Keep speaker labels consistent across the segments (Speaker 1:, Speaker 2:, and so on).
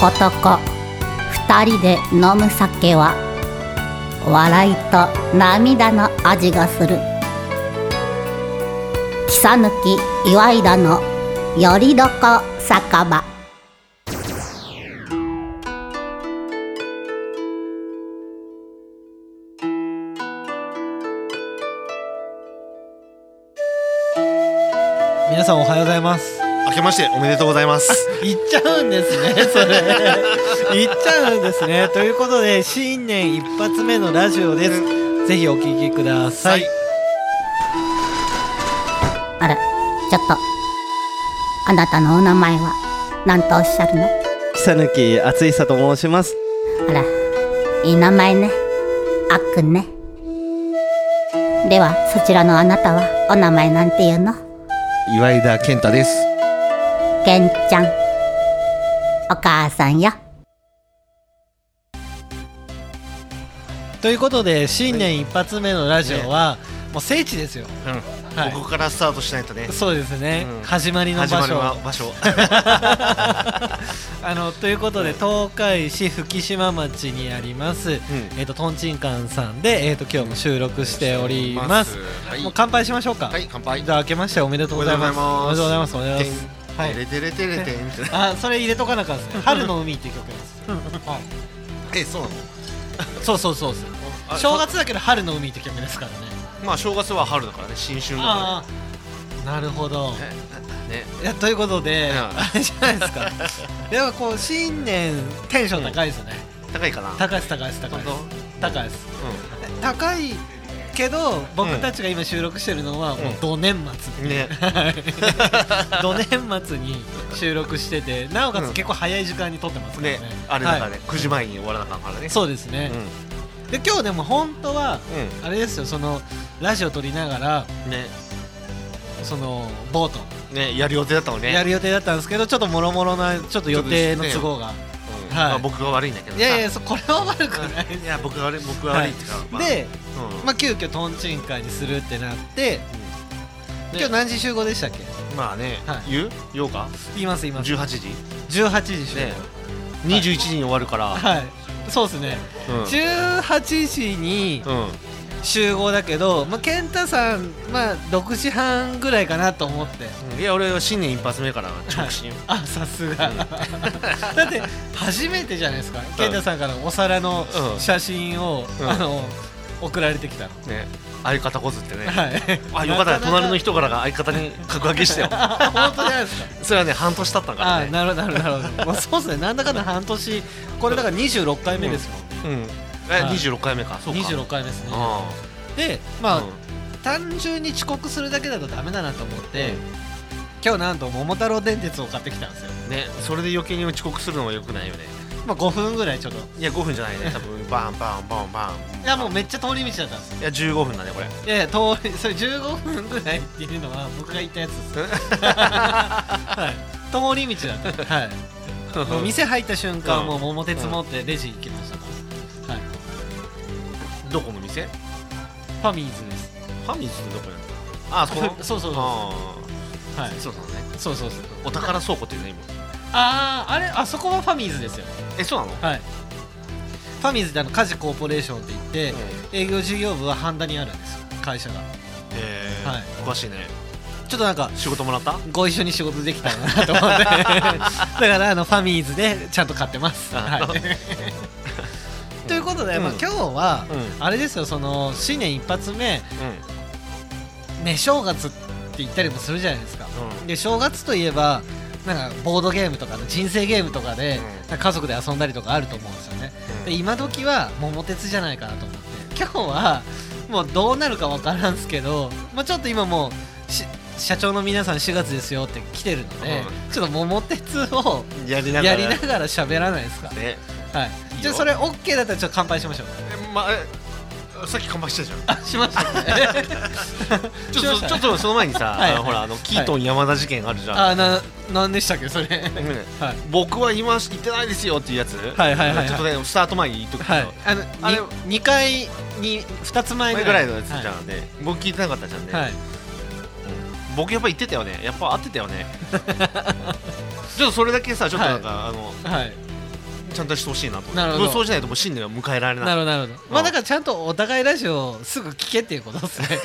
Speaker 1: 男二人で飲む酒は笑いと涙の味がする。草抜き岩井田のよりどこ酒場。
Speaker 2: 皆さんおはようございます。
Speaker 3: 明けましておめでとうございます。
Speaker 2: 言っちゃうんですね、それ言っちゃうんですね。ということで新年一発目のラジオです。ぜひお聞きください。
Speaker 1: あら、ちょっとあなたのお名前は何とおっしゃるの？
Speaker 4: 草抜厚久と申します。
Speaker 1: あら、いい名前ね。あっくんね。ではそちらのあなたはお名前なんていうの？
Speaker 3: 岩井田健太です。
Speaker 1: けんちゃん、お母さんよ。
Speaker 2: ということで新年一発目のラジオは、もう聖地ですよ。
Speaker 3: はい、ここからスタートしないとね。
Speaker 2: そうですね、始まりの場所ということで東海市福島町にあります、とんちんかんさんで、今日も収録しております。もう乾杯しましょうか。
Speaker 3: はい、乾杯。
Speaker 2: じゃあ明けましておめでとうございます。おめでとうございます。おめでとうございます。
Speaker 3: はい、テレテレテレテン。
Speaker 2: あ、それ入れとかなかったですね。春の海って曲です。
Speaker 3: そうなの？
Speaker 2: そうそう正月だけど春の海って曲ですからね。
Speaker 3: まあ正月は春だからね、新春だからね。
Speaker 2: なるほど。
Speaker 3: ね、
Speaker 2: いやということで、あれじゃないですか。やっぱこう新年テンション高いですよね。
Speaker 3: 高いかな。
Speaker 2: 高いです。高いけど僕たちが今収録してるのはもう土年末ね。土年末に収録してて、なおかつ結構早い時間に撮ってますからね。
Speaker 3: あれだからね、9時前に終わらなかったからね。
Speaker 2: そうですね。で今日でも本当はあれですよ、そのラジオ撮りながら
Speaker 3: ね、そ
Speaker 2: のボート
Speaker 3: ねやる予定だったのね。
Speaker 2: やる予定だったんですけど、ちょっともろもろなちょっと予定の都合が、
Speaker 3: 僕が悪いんだけど。
Speaker 2: いやいや、これは悪くない。
Speaker 3: いや、僕が悪いっていうか。
Speaker 2: で、まあ急遽とんちんかんにするってなって、今日何時集合でしたっけ？
Speaker 3: まあね、言おうか。
Speaker 2: 言います。
Speaker 3: 18時
Speaker 2: 集合。
Speaker 3: 21時に終わるから。
Speaker 2: はい。そうですね。18時に集合だけど、まあ健太さん6時半ぐらいかなと思って。
Speaker 3: いや、俺は新年一発目から直進。
Speaker 2: あ、さすが。だって初めてじゃないですか。健太さんからお皿の写真を送られてきたの
Speaker 3: ね。相方こずってね。
Speaker 2: はい。
Speaker 3: よかった。隣の人からが相方に格上げしてよ。
Speaker 2: 本当じゃないですか。
Speaker 3: それはね、半年経ったんからね。
Speaker 2: なるほど。まあそうですね。なんだかんだ半年、これだから26回目ですもんね。
Speaker 3: 26回目か。そうか。
Speaker 2: 26回目ですね。で、まあ単純に遅刻するだけだとダメだなと思って、今日なんと桃太郎電鉄を買ってきたんですよ。
Speaker 3: ね、それで余計に遅刻するのは良くないよね。
Speaker 2: まあ5分ぐらいちょっと。
Speaker 3: いや5分じゃないね。多分バンバンバンバン。
Speaker 2: いやもうめっちゃ通り道だったんですよ。
Speaker 3: いや15分だねこれ。
Speaker 2: いやそれ15分ぐらいっていうのは僕が言ったやつです。はい。通り道だった。はい。もう店入った瞬間もう桃鉄持ってレジ行きましたから。はい。
Speaker 3: どこの店？
Speaker 2: ファミーズです。
Speaker 3: ファミーズってどこやった？あ、そこ。
Speaker 2: そう。はい。
Speaker 3: そうだね。
Speaker 2: そう。
Speaker 3: お宝倉庫っていうね今。
Speaker 2: あれ、あそこはファミーズですよ。
Speaker 3: そうなの？
Speaker 2: はい。ファミーズって家事コーポレーションって言って、営業事業部は半田にあるんですよ、会社が。
Speaker 3: はい。詳しいね。
Speaker 2: ちょっとなんか
Speaker 3: 仕事もらった？
Speaker 2: ご一緒に仕事できたらなと思って。だからファミーズでちゃんと買ってます。はい。ということで、まあ今日はあれですよ、その新年一発目、ね、正月って言ったりもするじゃないですか。で正月といえばなんかボードゲームとかの人生ゲームとかで家族で遊んだりとかあると思うんですよね。で今時は桃鉄じゃないかなと思って、今日はもうどうなるかわからんすけど、まあ、ちょっと今もう社長の皆さん4月ですよって来てるので、ちょっと桃鉄をやりながら喋らないですかね。はい。じゃあそれ OK だったらちょっと乾杯しましょう。
Speaker 3: さっき乾杯したじゃん。
Speaker 2: しましたね。
Speaker 3: ちょっとその前にさ、ほらキートン山田事件あるじゃん。
Speaker 2: なんでしたっけそれ。
Speaker 3: 僕は今言ってないですよっていうやつ。ちょっとねスタート前に言っとくけど、
Speaker 2: あれ2回に2つ前
Speaker 3: ぐらいのやつじゃんね。僕聞いてなかったじゃんね。僕やっぱ言ってたよね。やっぱ合ってたよね。ちょっとそれだけさ、ちょっとなんかちゃんとしてほしいなと。
Speaker 2: なるほど。
Speaker 3: そうしないともう新年は迎えられない。
Speaker 2: なるほどなるほど。まあだからちゃんとお互いラジオをすぐ聞けっていうことですね。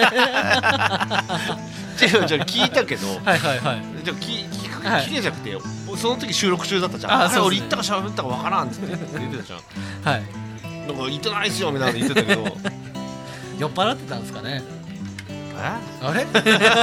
Speaker 3: じゃあ聞いたけど、
Speaker 2: はいはいはい。
Speaker 3: じゃあ聞けじゃなくて、その時収録中だったじゃん。あれ俺言ったか喋ったかわからんって言ってたじゃん。
Speaker 2: はい。
Speaker 3: なんか言ってないっすよみたいな言ってたけど、
Speaker 2: 酔っ払ってたんですかね。あれ？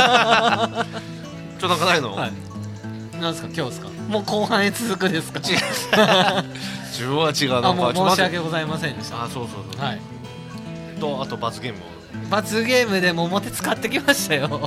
Speaker 3: なんかないの？
Speaker 2: はい。なんですか今日ですか。もう後半へ続くですか。
Speaker 3: 違う。自分は違う。
Speaker 2: あ、もう申し訳ございませんでした。
Speaker 3: あ、そう。はい。あと罰ゲームを。
Speaker 2: 罰ゲームで桃鉄使ってきましたよ。違う。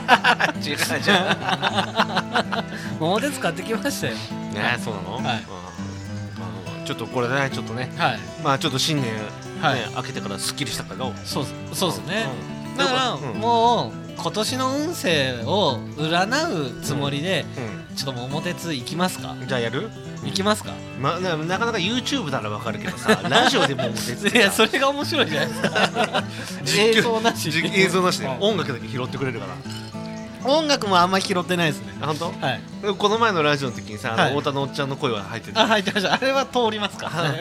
Speaker 2: 桃鉄使ってきましたよ。
Speaker 3: ね、そうなの？はい。ちょっとこれね、ちょっとね。はい。まあちょっと新年明けてからすっきりしたけど。そう
Speaker 2: ですね。だからもう今年の運勢を占うつもりでちょっと桃鉄行きますか。
Speaker 3: じゃあやる？
Speaker 2: 行きますか。
Speaker 3: なかなか YouTube ならわかるけどさ、ラジオで桃鉄。
Speaker 2: いやそれが面白いじゃないですか。映像なし
Speaker 3: で音楽だけ拾ってくれるから。
Speaker 2: 音楽もあんまり拾ってないですね。
Speaker 3: 本当？
Speaker 2: はい。
Speaker 3: この前のラジオの時にさ、太田のおっちゃんの声は入ってた。
Speaker 2: 入ってました。あれは通りますか。はい。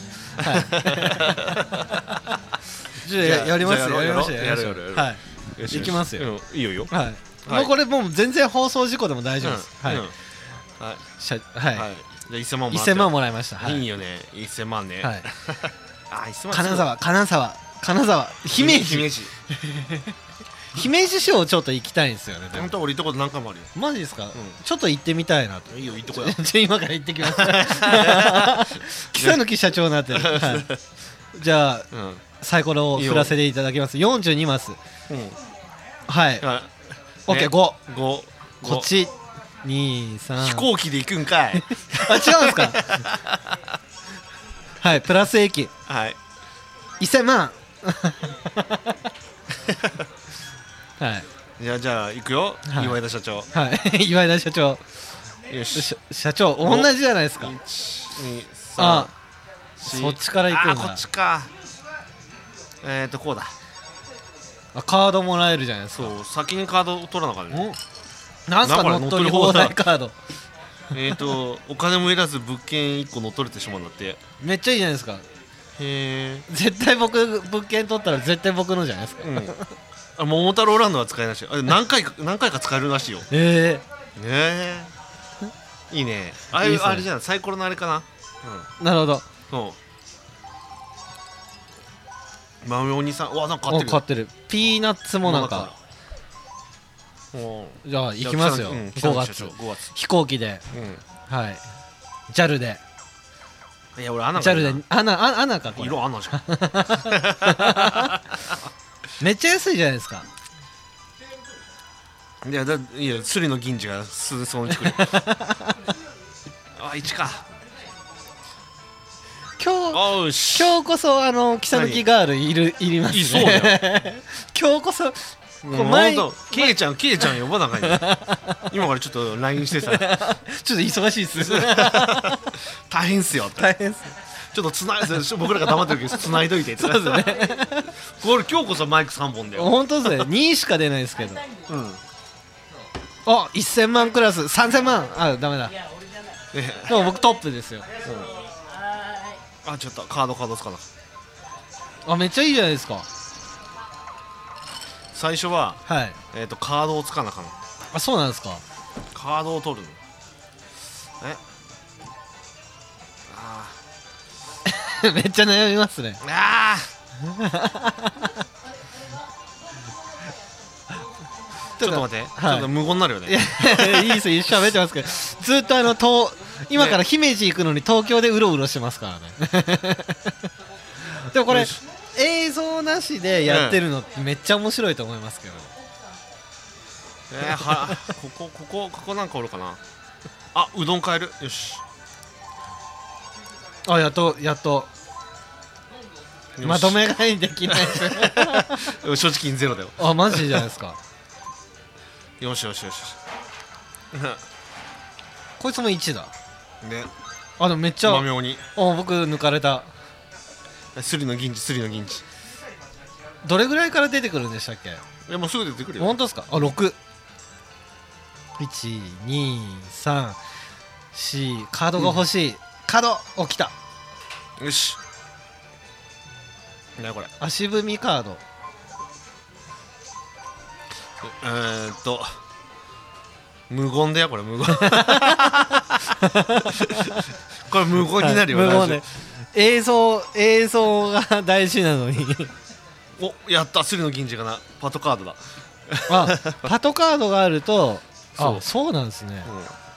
Speaker 2: じゃあやりますよ。やりましょう。はい。行きますよ。
Speaker 3: いいよ。
Speaker 2: はい。もうこれもう全然放送事故でも大丈夫です。はい。はい。
Speaker 3: じゃあ1000万
Speaker 2: もらいました。
Speaker 3: いいよね。1000万ね。はい。あ、1000万。
Speaker 2: 金沢姫路姫路市をちょっと行きたいんですよね。
Speaker 3: 本当は俺行ったこと何回もあるよ。
Speaker 2: マジですか。ちょっと行ってみたいなと。
Speaker 3: いいよ、行ってこよ。
Speaker 2: 今から行ってきます。北貫社長になってる。じゃあサイコロを振らせていただきます。42マス。はい。オッケー。5。こっち2、3。
Speaker 3: 飛行機で行くんかい。
Speaker 2: あ、違うんですか。はい、プラス駅。
Speaker 3: はい。
Speaker 2: 1000万。はい。
Speaker 3: じゃあ行くよ。岩井田社長。
Speaker 2: はい。岩井田社長。
Speaker 3: よし。
Speaker 2: 社長同じじゃないですか。1、
Speaker 3: 2、
Speaker 2: 3。そっちから行くんだ。
Speaker 3: こっちか。こうだ。
Speaker 2: カードもらえるじゃないですか。
Speaker 3: そう、先にカードを取らなかったね。
Speaker 2: なんすか乗っ取り放題カード。
Speaker 3: お金もいらず物件1個乗っ取れてしまうんだって。
Speaker 2: めっちゃいいじゃないですか。
Speaker 3: へえ。
Speaker 2: 絶対僕物件取ったら絶対僕のじゃないですか。
Speaker 3: 桃太郎ランドは使えないし、何回か使えるらしいよ。いいね。あれじゃん、サイコロのあれかな。
Speaker 2: なるほど。
Speaker 3: そう。豆お兄さん、なんか
Speaker 2: 買ってる。ピーナッツもなんか。じゃあ行きますよ。5月飛行機で。はい。JAL で。
Speaker 3: いや俺アナ。
Speaker 2: JAL で穴かこれ。
Speaker 3: 色アナじゃん。
Speaker 2: めっちゃ安いじゃないですか。
Speaker 3: いやスリの銀次がすそのうち来る。1か。
Speaker 2: 今日こそ木更木ガールいりますね。
Speaker 3: そうだよ。
Speaker 2: 今日こそ
Speaker 3: ケイちゃん呼ばなあかんよ。今からちょっと LINE してさ。ちょっと
Speaker 2: 忙しいっす。
Speaker 3: 大変っすよ。
Speaker 2: 大変っす。
Speaker 3: ちょっと僕らが黙ってるけど繋いどいて。
Speaker 2: そうですね。
Speaker 3: これ今日こそマイク3本だよ。
Speaker 2: 本当ですね。2しか出ないですけど。あ、1000万クラス3000万。あ、ダメだ。でも僕トップですよ。
Speaker 3: ちょっとカードつかな。
Speaker 2: めっちゃいいじゃないですか。
Speaker 3: 最初はカードをつかなあかん。
Speaker 2: そうなんですか。
Speaker 3: カードを取るの。
Speaker 2: めっちゃ悩みますね。
Speaker 3: ちょっと待って、ちょっと無言になるよね。
Speaker 2: いいですよ、一緒喋ってますけど、ずっと今から姫路行くのに東京でうろうろしてますからね。でもこれ映像なしでやってるのってめっちゃ面白いと思いますけど。
Speaker 3: ここなんかおるかな。うどん買える。よし。
Speaker 2: やっとまとめ買いできない。
Speaker 3: 所持金ゼロだよ。
Speaker 2: マジじゃないですか。
Speaker 3: よし。
Speaker 2: こいつも1だ
Speaker 3: ね。
Speaker 2: でもめっちゃ
Speaker 3: 豆鬼。
Speaker 2: 僕抜かれた。
Speaker 3: スリの銀次。
Speaker 2: どれぐらいから出てくるんでしたっけ。
Speaker 3: もうすぐ出てくるよ。
Speaker 2: 本当ですか。6。1、2、3、4。カードが欲しい。 角起きた。
Speaker 3: よし。なこれ
Speaker 2: 足踏みカード。
Speaker 3: 無言だよこれ無言。これ無言になるよ。
Speaker 2: 無言で映像が大事なのに。
Speaker 3: お、やった。スリの銀次かな。パトカードだ。
Speaker 2: あ、パトカードがあると
Speaker 3: そう
Speaker 2: なんですね。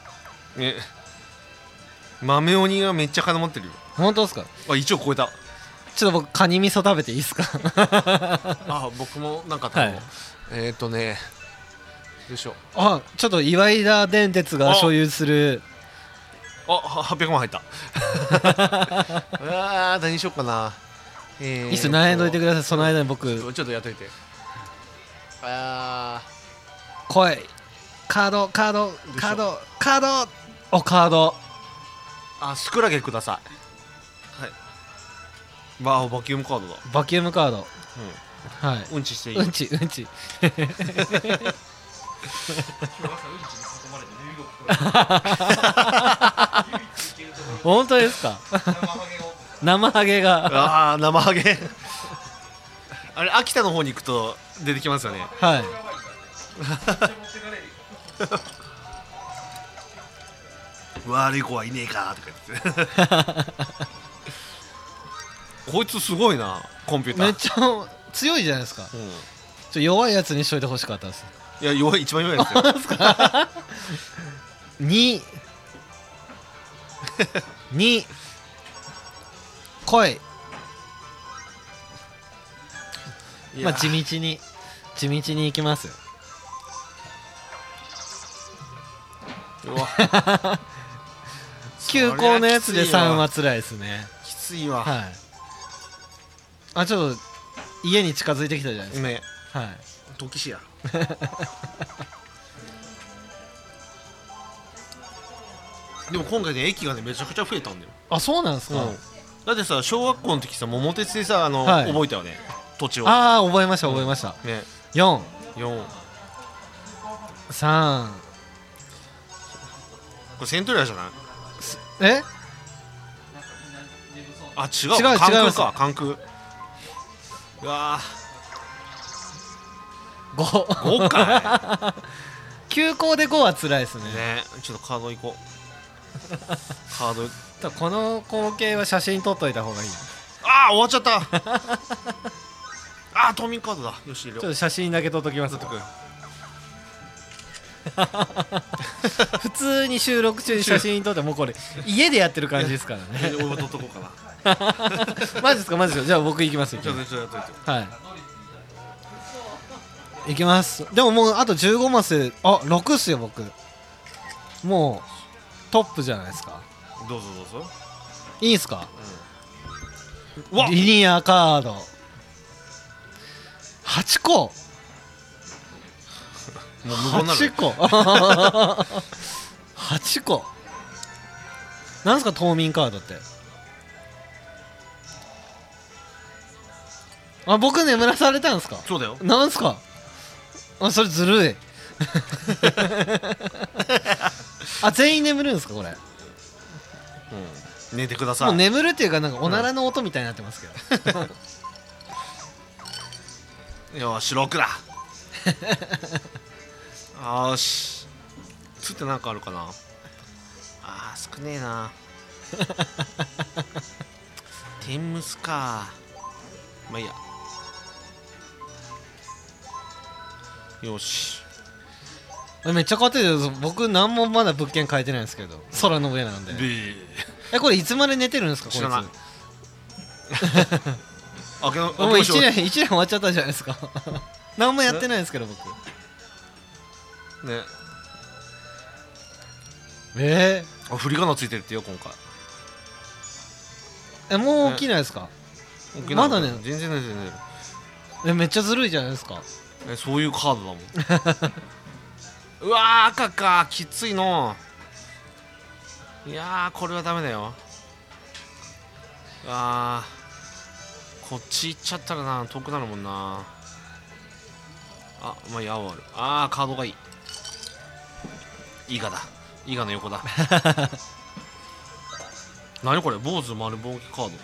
Speaker 3: 豆鬼がめっちゃ金持ってるよ。
Speaker 2: 本当ですか。
Speaker 3: あ、1億超えた。
Speaker 2: ちょっと僕カニ味噌食べていいですか。
Speaker 3: あ、僕もなんか食べよう。よいしょ。
Speaker 2: あ、ちょっと岩井田電鉄が所有する。
Speaker 3: あ、800万入った。何しよっかな。
Speaker 2: いいっす、悩んどいてください。その間に僕
Speaker 3: ちょっとやっといて。
Speaker 2: 来い。カードお、カード。
Speaker 3: あ、スクラゲください。はい。バキュームカードだ。
Speaker 2: バキュームカード。はい。
Speaker 3: うんちしていい。
Speaker 2: うんち本当ですか。生ハゲが。
Speaker 3: 生ハゲ。あれ秋田の方に行くと出てきますよね。
Speaker 2: はい。
Speaker 3: 悪い子はいねえかとか言って。こいつすごいな、コンピューター。
Speaker 2: めっちゃ強いじゃないですか。弱いやつにしといてほしかったです。
Speaker 3: いや、一番弱いですよ。
Speaker 2: 2来い。まあ地道に行きますよ。
Speaker 3: うわ。
Speaker 2: 休校のやつで3は辛いですね。
Speaker 3: きついわ。
Speaker 2: はい。あ、ちょっと家に近づいてきたじゃないですか。
Speaker 3: ね。
Speaker 2: はい。
Speaker 3: 時しや。でも今回ね、駅がねめちゃくちゃ増えたんだよ。
Speaker 2: あ、そうなんですか。
Speaker 3: だってさ、小学校の時さ、桃鉄でさ、覚えたよね、土地を。
Speaker 2: ああ、覚えましたね。4、3。
Speaker 3: これセントリアじゃない？あ、違う、関空か、関空。うわ
Speaker 2: ー、
Speaker 3: 5かい。
Speaker 2: 休校で5は辛いですね。
Speaker 3: ちょっとカードいこう。カード。
Speaker 2: この光景は写真撮っといた方がいい。
Speaker 3: ああ、終わっちゃった。ああ、島民カードだ。よし、
Speaker 2: ちょっと写真だけ撮っときます。普通に収録中に写真撮って、もうこれ家でやってる感じですからね。
Speaker 3: 俺も撮っとこうかな。
Speaker 2: マジですか、マジですか。じゃあ僕行きますよ。
Speaker 3: ちょっとやっといて。
Speaker 2: はい。行きます。でももうあと15マス。6っすよ僕。もうトップじゃないですか。
Speaker 3: どうぞどうぞ。
Speaker 2: いいんすか。リニアカード8個。
Speaker 3: もう無言になる。
Speaker 2: 8個。8個。なんすか島民カードって。あ、僕眠らされたんすか。
Speaker 3: そうだよ。
Speaker 2: なんすか。あ、それずるい。あ、全員眠るんですかこれ。
Speaker 3: 寝てください。
Speaker 2: もう眠るっていうか、なんかおならの音みたいになってますけど。
Speaker 3: よし、6だ。よし。つってなんかあるかな。少ねえな。天むすか。まあいいや。よし。
Speaker 2: めっちゃ買ってるよ。僕何もまだ物件変えてないんですけど、空の上なんで。これいつまで寝てるんですか。
Speaker 3: 知らない。
Speaker 2: もう1年終わっちゃったじゃないですか。何もやってないんですけど僕
Speaker 3: ね。振り仮名ついてるってよ今回。
Speaker 2: もう起きないですか。まだね。
Speaker 3: 全然寝てる。
Speaker 2: めっちゃずるいじゃないですか。
Speaker 3: そういうカードだもん。うわー、赤か、きついの。いやー、これはダメだよ。こっち行っちゃったらな、遠くなるもんな。まあいいや、青ある。カードがいい。伊賀だ。伊賀の横だ。 何これ、坊主丸ぼうきカード。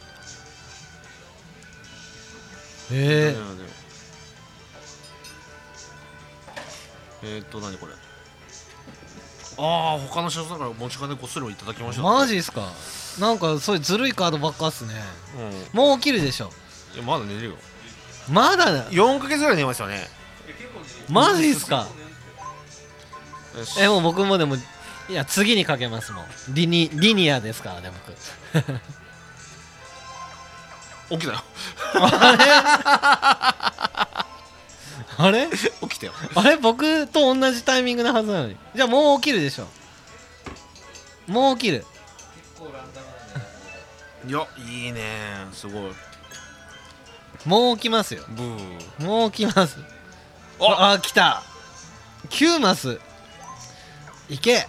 Speaker 3: 何これ。ああ、他の人だから持ち金こっそりいただきましょう。
Speaker 2: マジっすか。なんかそういうずるいカードばっかっすね。もう起きるでしょ。
Speaker 3: いやまだ寝るよ。
Speaker 2: まだ
Speaker 3: 4ヶ月ぐらい寝ますよね。
Speaker 2: マジっすか。
Speaker 3: よし
Speaker 2: もう僕もでも、いや次にかけますもん。リニアですからね僕。
Speaker 3: 起きたよ。
Speaker 2: あれ
Speaker 3: 起きたよ。
Speaker 2: あれ僕と同じタイミングなはずなのに。じゃあもう起きるでしょ。もう起きる。
Speaker 3: いや、いいね、すごい。
Speaker 2: もう起きますよ。
Speaker 3: ブー。
Speaker 2: もう起きます。来た。9マスいけ。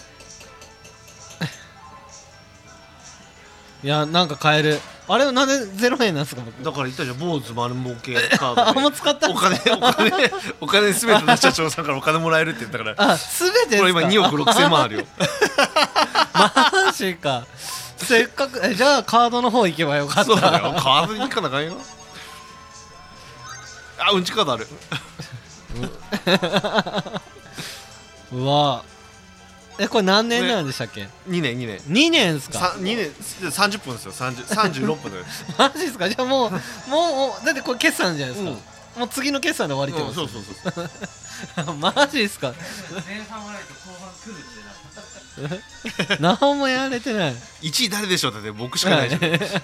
Speaker 2: いや、なんか買える。あれなんで0円なんですか僕。
Speaker 3: だから言ったじゃん、坊主丸儲けカードで。
Speaker 2: もう使ったんですか。
Speaker 3: お金すべての社長さんからお金もらえるって言ったから。
Speaker 2: すべてですか。
Speaker 3: これ今2億6千万あるよ。
Speaker 2: マジか。せっかくじゃあカードの方行けばよかった。
Speaker 3: そうだよ、カードに行かなあかんよ。あ、うんちカードある。
Speaker 2: うわ、これ何年なんでしたっけ。
Speaker 3: 2年2年
Speaker 2: 2年っすか。
Speaker 3: 2年30分ですよ。36分で。
Speaker 2: マジっすか。じゃあもうだってこれ決算じゃないですか。もう次の決算で終わりってこと。そうマジっすか。前半はないと後半来るってな。何もやられてない。
Speaker 3: 1位誰でしょうって僕しかないじゃん。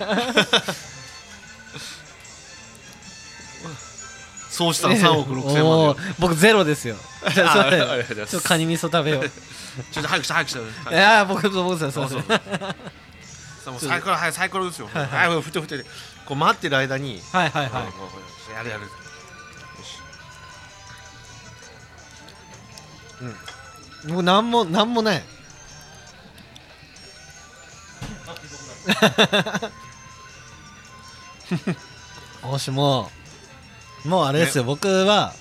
Speaker 3: そうしたら3億6千万。
Speaker 2: 僕ゼロですよ。ちょ
Speaker 3: っ
Speaker 2: とカニ味噌食べよう。
Speaker 3: ちょっと早くして。
Speaker 2: いや僕そうですよ。
Speaker 3: サイコロですよ。はい、振ってこう待ってる間に。
Speaker 2: はい。
Speaker 3: やる。よし。
Speaker 2: もうなんもない。もしもうあれですよ、僕は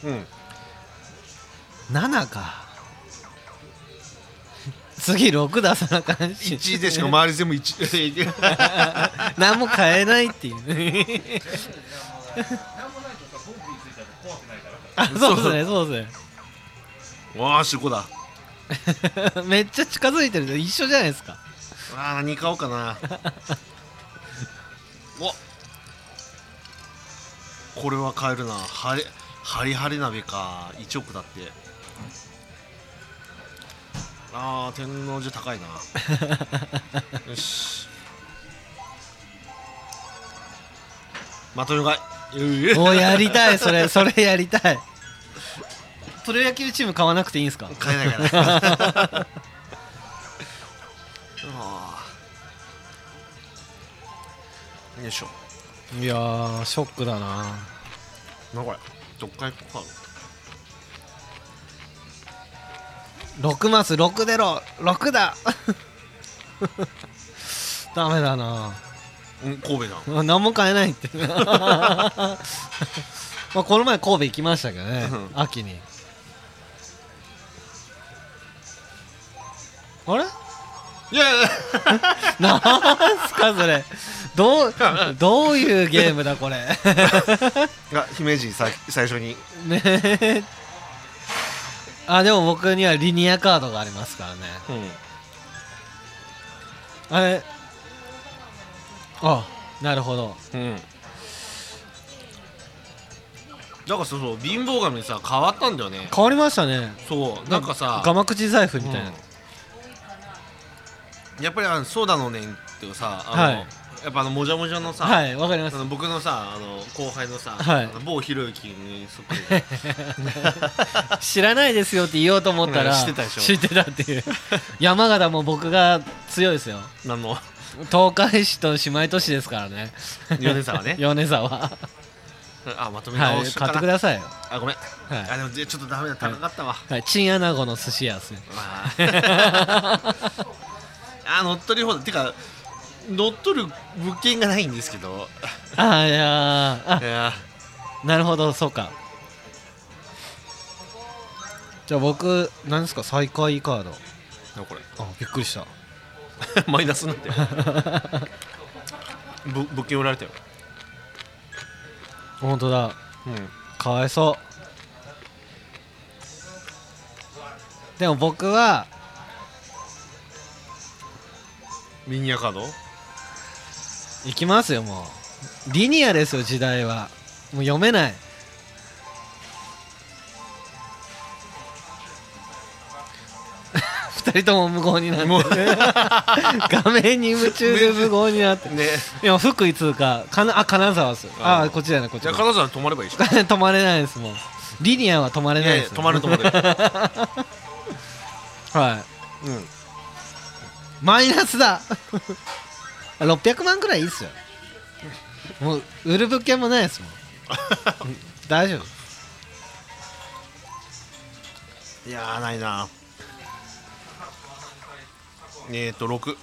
Speaker 2: 7か。次6出さなあかんし。
Speaker 3: 1でしか周り全部1。
Speaker 2: 何も買えないっていうね。そうですね。
Speaker 3: わあ、5だ。
Speaker 2: めっちゃ近づいてる。一緒じゃないですか。
Speaker 3: 何買おうかな。これは買えるな。ハリ鍋か。1億だって。天王寺高いな。よし。まとめ買い。
Speaker 2: お、やりたい。それやりたい。プロ野球チーム買わなくていいんですか。
Speaker 3: 買えないから。よいしょ。
Speaker 2: いやー、ショックだな。
Speaker 3: これどっか行こうか。
Speaker 2: 6マス6出ろ。6だ。ダメだな。
Speaker 3: 神戸だ。
Speaker 2: 何も買えないって。まあこの前神戸行きましたけどね。秋に。あれ。
Speaker 3: いや
Speaker 2: なんすかそれ。どういうゲームだこれ。
Speaker 3: 姫路最初に
Speaker 2: ね。でも僕にはリニアカードがありますからね。あれ。なるほど。
Speaker 3: だからそう貧乏神さ変わったんだよね。
Speaker 2: 変わりましたね。
Speaker 3: そうなんかさ、
Speaker 2: ガマ口財布みたいな。
Speaker 3: やっぱりソーダのねんっていうさ、やっぱもじゃもじゃのさ、
Speaker 2: わかります。
Speaker 3: 僕のさ後輩のさ、某ひろゆきにそっくり。
Speaker 2: 知らないですよって言おうと思ったら、
Speaker 3: 知ってたでしょ。
Speaker 2: 知ってたっていう。山形も僕が強いですよ。
Speaker 3: 何の
Speaker 2: 東海市と姉妹都市ですからね。
Speaker 3: 米沢ね。
Speaker 2: 米沢。
Speaker 3: まとめ直し
Speaker 2: 買ってくださいよ。
Speaker 3: ごめん。でもちょっとダメだ、高かったわ。
Speaker 2: チンアナゴの寿司屋ですね。
Speaker 3: 乗っ取り放題ってか乗っ取る物件がないんですけど。
Speaker 2: いやなるほど、そうか。じゃあ僕何ですか、最下位カード。
Speaker 3: これ
Speaker 2: びっくりした。
Speaker 3: マイナスになって物件売られたよ。
Speaker 2: 本当だ、
Speaker 3: うん、
Speaker 2: かわいそう。でも僕は
Speaker 3: リニアカード
Speaker 2: 行きますよ。もうリニアですよ、時代は。もう読めない。二人とも無言になって画面に夢中で無言になって
Speaker 3: ね。
Speaker 2: いや、福井通過金沢っす。ああ、こっちだよね、こっちだ。
Speaker 3: じゃあ金沢で止まればいいし
Speaker 2: 止まれないです。もうリニアは止まれないです。
Speaker 3: 止まる
Speaker 2: はい、
Speaker 3: うん、
Speaker 2: マイナスだ600万くらいいいっすよ。もう売る物件もないですもん大丈夫。
Speaker 3: いやーないな。6。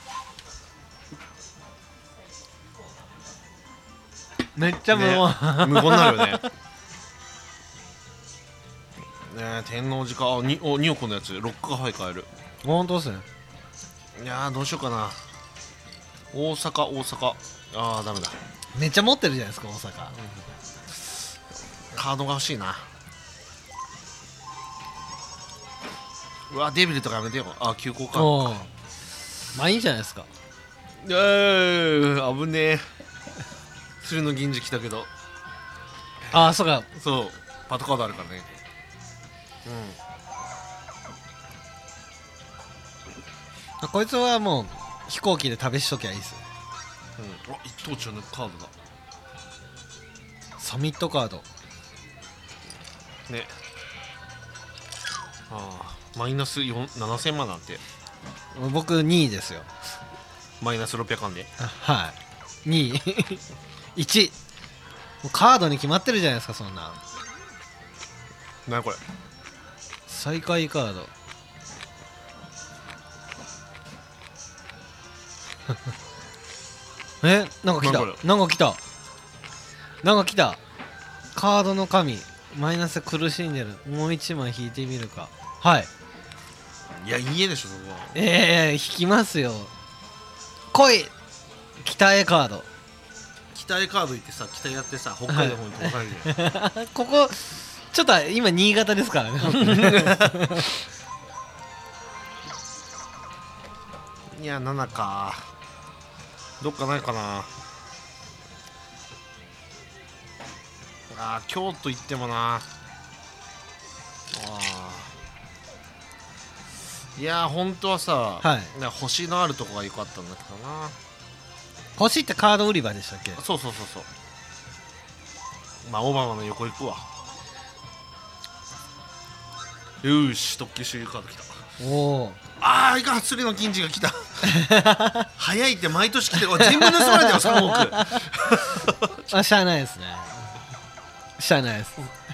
Speaker 2: めっちゃ無言、
Speaker 3: ね、無言になるよね。ね、天王寺か。2億のやつロックが入買える。
Speaker 2: 本当っすね。
Speaker 3: いやーどうしようかな。大阪。あーダメだ。
Speaker 2: めっちゃ持ってるじゃないですか、大阪。
Speaker 3: カードが欲しいな。うわデビルとかやめてよ。あ休校か。
Speaker 2: おまあいいじゃないですか。
Speaker 3: 危ねえ。鶴の銀次来たけど。
Speaker 2: ああ、そうか。
Speaker 3: そうパトカードあるからね。
Speaker 2: こいつはもう飛行機で試しときゃいいっすよ。
Speaker 3: 一等地のカードだ
Speaker 2: サミットカード
Speaker 3: ね。マイナス7000万なんて。
Speaker 2: 僕2位ですよ。
Speaker 3: マイナス600万で。
Speaker 2: はい、2位1もうカードに決まってるじゃないですか、そんな。
Speaker 3: なにこれ。
Speaker 2: 最下位カードなんか来た。カードの神マイナスで苦しんでる。もう1枚引いてみるか。はい。
Speaker 3: いや家でしょそこは。
Speaker 2: 引きますよ。来い北へカード。
Speaker 3: 北へカード行ってさ、北やってさ、北海道の方に飛ばされるじゃん
Speaker 2: ここちょっと今新潟ですからね
Speaker 3: いや7か。どっかないかな。京都行ってもな。いや本当はさ、
Speaker 2: はい、
Speaker 3: 星のあるとこが良かったんだけどな。
Speaker 2: 星ってカード売り場でしたっけ。
Speaker 3: そう。まあオバマの横行くわ。よーし特急周遊カード来た。
Speaker 2: おお。
Speaker 3: いかん釣りの銀次が来た早いって毎年来てる。全部盗まれたよ3億
Speaker 2: しゃあないですね。しゃあないです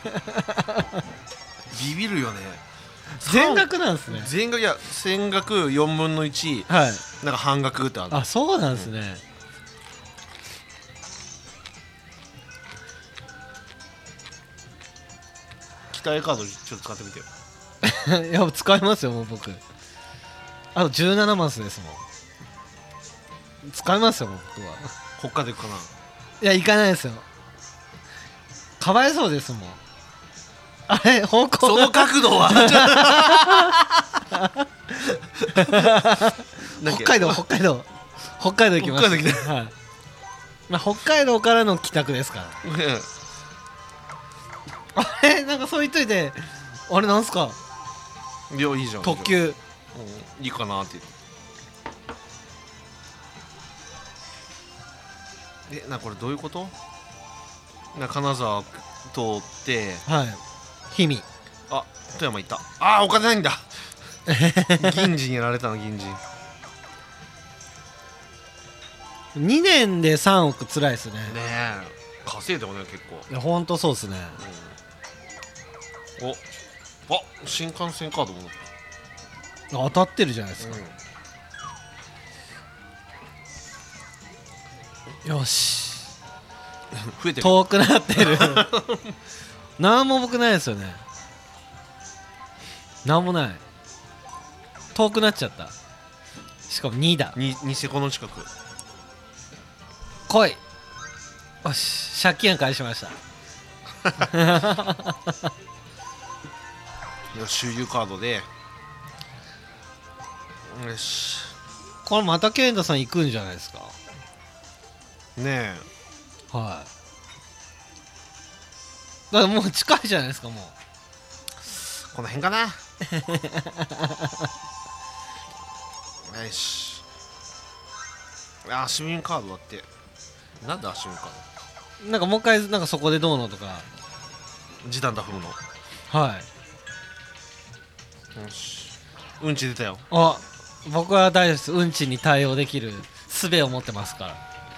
Speaker 3: ビビるよね。
Speaker 2: 全額なんですね。
Speaker 3: 全額。いや全額4分の1、
Speaker 2: はい、
Speaker 3: なんか半額ってある。
Speaker 2: そうなんですね、
Speaker 3: 北へカードちょっと使ってみてよ
Speaker 2: いや使いますよもう僕。あと17マスですもん。使いますよ僕は。
Speaker 3: 北海道行くかな。
Speaker 2: いや行かないですよ。かわいそうですもん。あれ方向
Speaker 3: その角度は
Speaker 2: 北海道行きます。
Speaker 3: 北海道来た、
Speaker 2: はい。まあ、北海道からの帰宅ですからあれなんかそう言っといてあれなんすか。
Speaker 3: いやいいじゃん
Speaker 2: 特急、
Speaker 3: いいかなって言って。これどういうこと。金沢通って
Speaker 2: はい、氷見。
Speaker 3: 富山行った。お金ないんだ銀次にやられたの。銀次
Speaker 2: 2年で3億つらいですね。
Speaker 3: ねえ稼いでもね結構。
Speaker 2: いやほんとそうですね、
Speaker 3: 新幹線カードも
Speaker 2: 当たってるじゃないですか、よし
Speaker 3: 増えてる。
Speaker 2: 遠くなってるなんも僕ないですよね。なんもない。遠くなっちゃった。 しかも2だ。
Speaker 3: ニセコの近く。
Speaker 2: 来い。よし、借金返しました。
Speaker 3: 周遊カードでよし。
Speaker 2: これまた健太さん行くんじゃないですか。
Speaker 3: ね
Speaker 2: はい。だからもう近いじゃないですか。もう
Speaker 3: この辺かな。よし。市民カードだって。なんだ市民カード。
Speaker 2: なんかもう一回なんかそこでどうのとか。
Speaker 3: 時短だ踏むの。
Speaker 2: はい。
Speaker 3: よし。うんち出たよ。
Speaker 2: あ、僕は大丈夫です。うんちに対応できる術を持ってますから。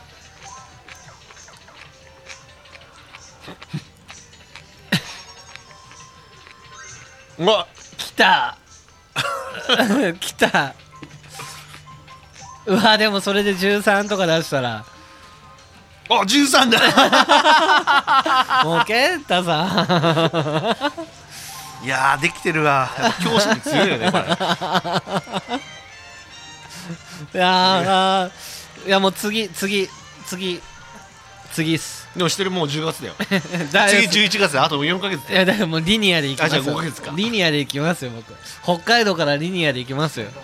Speaker 3: うわ、
Speaker 2: 来た。来た。うわ、でもそれで13とか出したら。
Speaker 3: あ、13だ。
Speaker 2: もう健太さ
Speaker 3: いやー、できてるわ。強者に強いよねこれ。
Speaker 2: いやもう次っす。
Speaker 3: でもしてる、もう10月だよ。
Speaker 2: だ
Speaker 3: 次11月であと4ヶ月
Speaker 2: いやだからもうリニアで行きますよ。
Speaker 3: あ、じゃあ5ヶ月か。
Speaker 2: リニアで行きますよ僕。北海道からリニアで行きますよ。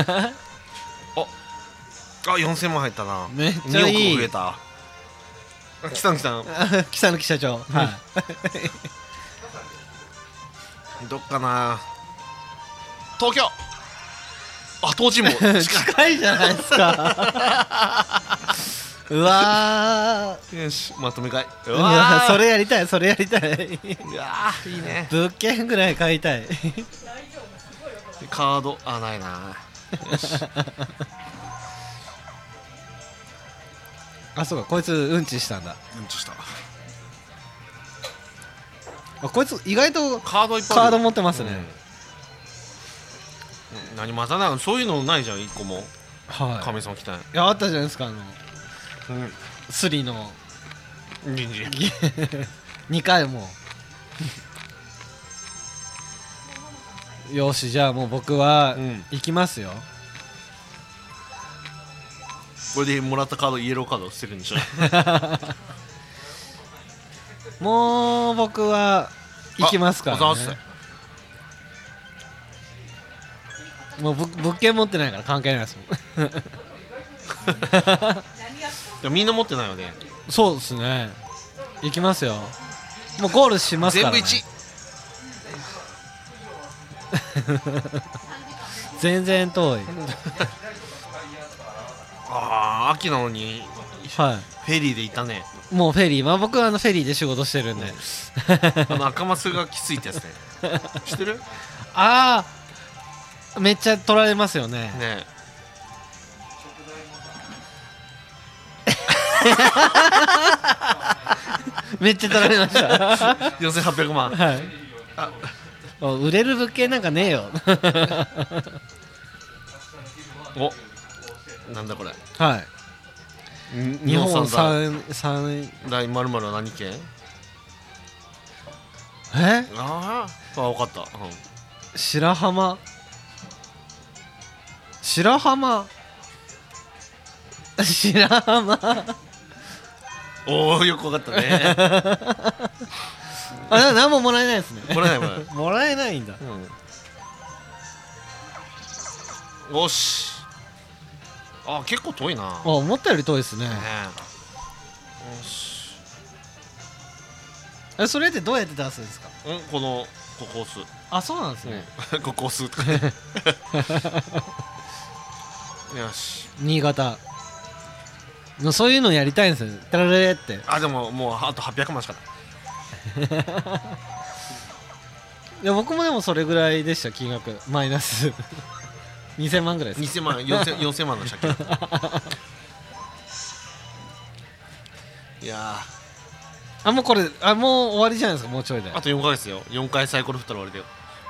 Speaker 3: あ、4000万入ったな。
Speaker 2: めっちゃいい。
Speaker 3: 2億増えた。来たん
Speaker 2: 北野記者長。はい。
Speaker 3: どっかな。東京。あ、東京も
Speaker 2: 近いじゃないですか。うわ
Speaker 3: ー。よし、まとめ買い。
Speaker 2: うわー、それやりたい。
Speaker 3: いやー、いいね。
Speaker 2: 物件ぐらい買いたい。
Speaker 3: カード、あ、ないな。よし。
Speaker 2: あ、そうか、こいつうんちしたんだ。
Speaker 3: うんちした。
Speaker 2: あ、こいつ意外と
Speaker 3: カードいっぱいある。
Speaker 2: カード持ってますね。
Speaker 3: 何またな、そういうのないじゃん、1個も。
Speaker 2: はい。
Speaker 3: 亀さん来たん。
Speaker 2: いや、あったじゃないですか、スリの
Speaker 3: 人事。
Speaker 2: 2回も。よし、じゃあもう僕は行きますよ。
Speaker 3: これでもらったカード、イエローカードを捨てるんでしょ。
Speaker 2: もう僕は行きますからね。もう物件持ってないから関係ないですもん。
Speaker 3: でもみんな持ってないよね。
Speaker 2: そうですね。行きますよ。もうゴールしますからね。
Speaker 3: 全部1。
Speaker 2: 全然遠い。
Speaker 3: ああ、秋なのに、
Speaker 2: はい、
Speaker 3: フェリーで行ったね。
Speaker 2: もうフェリー、まあ僕はフェリーで仕事してるんで。
Speaker 3: 赤マスがきついってやつね。知ってる？
Speaker 2: ああ、めっちゃ取られますよね。
Speaker 3: ね
Speaker 2: めっちゃ取られました。
Speaker 3: 4800万。
Speaker 2: はい。売れる物件なんかねえよ。
Speaker 3: お、なんだこれ。
Speaker 2: はい。日本三
Speaker 3: 大〇〇は何県？ああ、分かった。
Speaker 2: 白浜。
Speaker 3: おお、よく分かったね。
Speaker 2: あ、何ももらえないですね。
Speaker 3: もらえない
Speaker 2: もらえないんだ。
Speaker 3: よし。あ、結構遠いな。
Speaker 2: あ、思ったより遠いですね。
Speaker 3: よし。
Speaker 2: それってどうやって出すんですか？
Speaker 3: ここ押す。
Speaker 2: あ、そうなんですね。
Speaker 3: ここ押す。よし。
Speaker 2: 新潟。そういうのやりたいんですよ。タラレって。
Speaker 3: あ、でももうあと800万しかない。
Speaker 2: いや、僕もでもそれぐらいでした。金額マイナス2000万ぐらいです。
Speaker 3: 2000万、4000万の借金。いや
Speaker 2: ー、もうこれ、もう終わりじゃないですか。もうちょいで
Speaker 3: あと4ヶ月よ。4回サイコロ振ったら終わりだよ。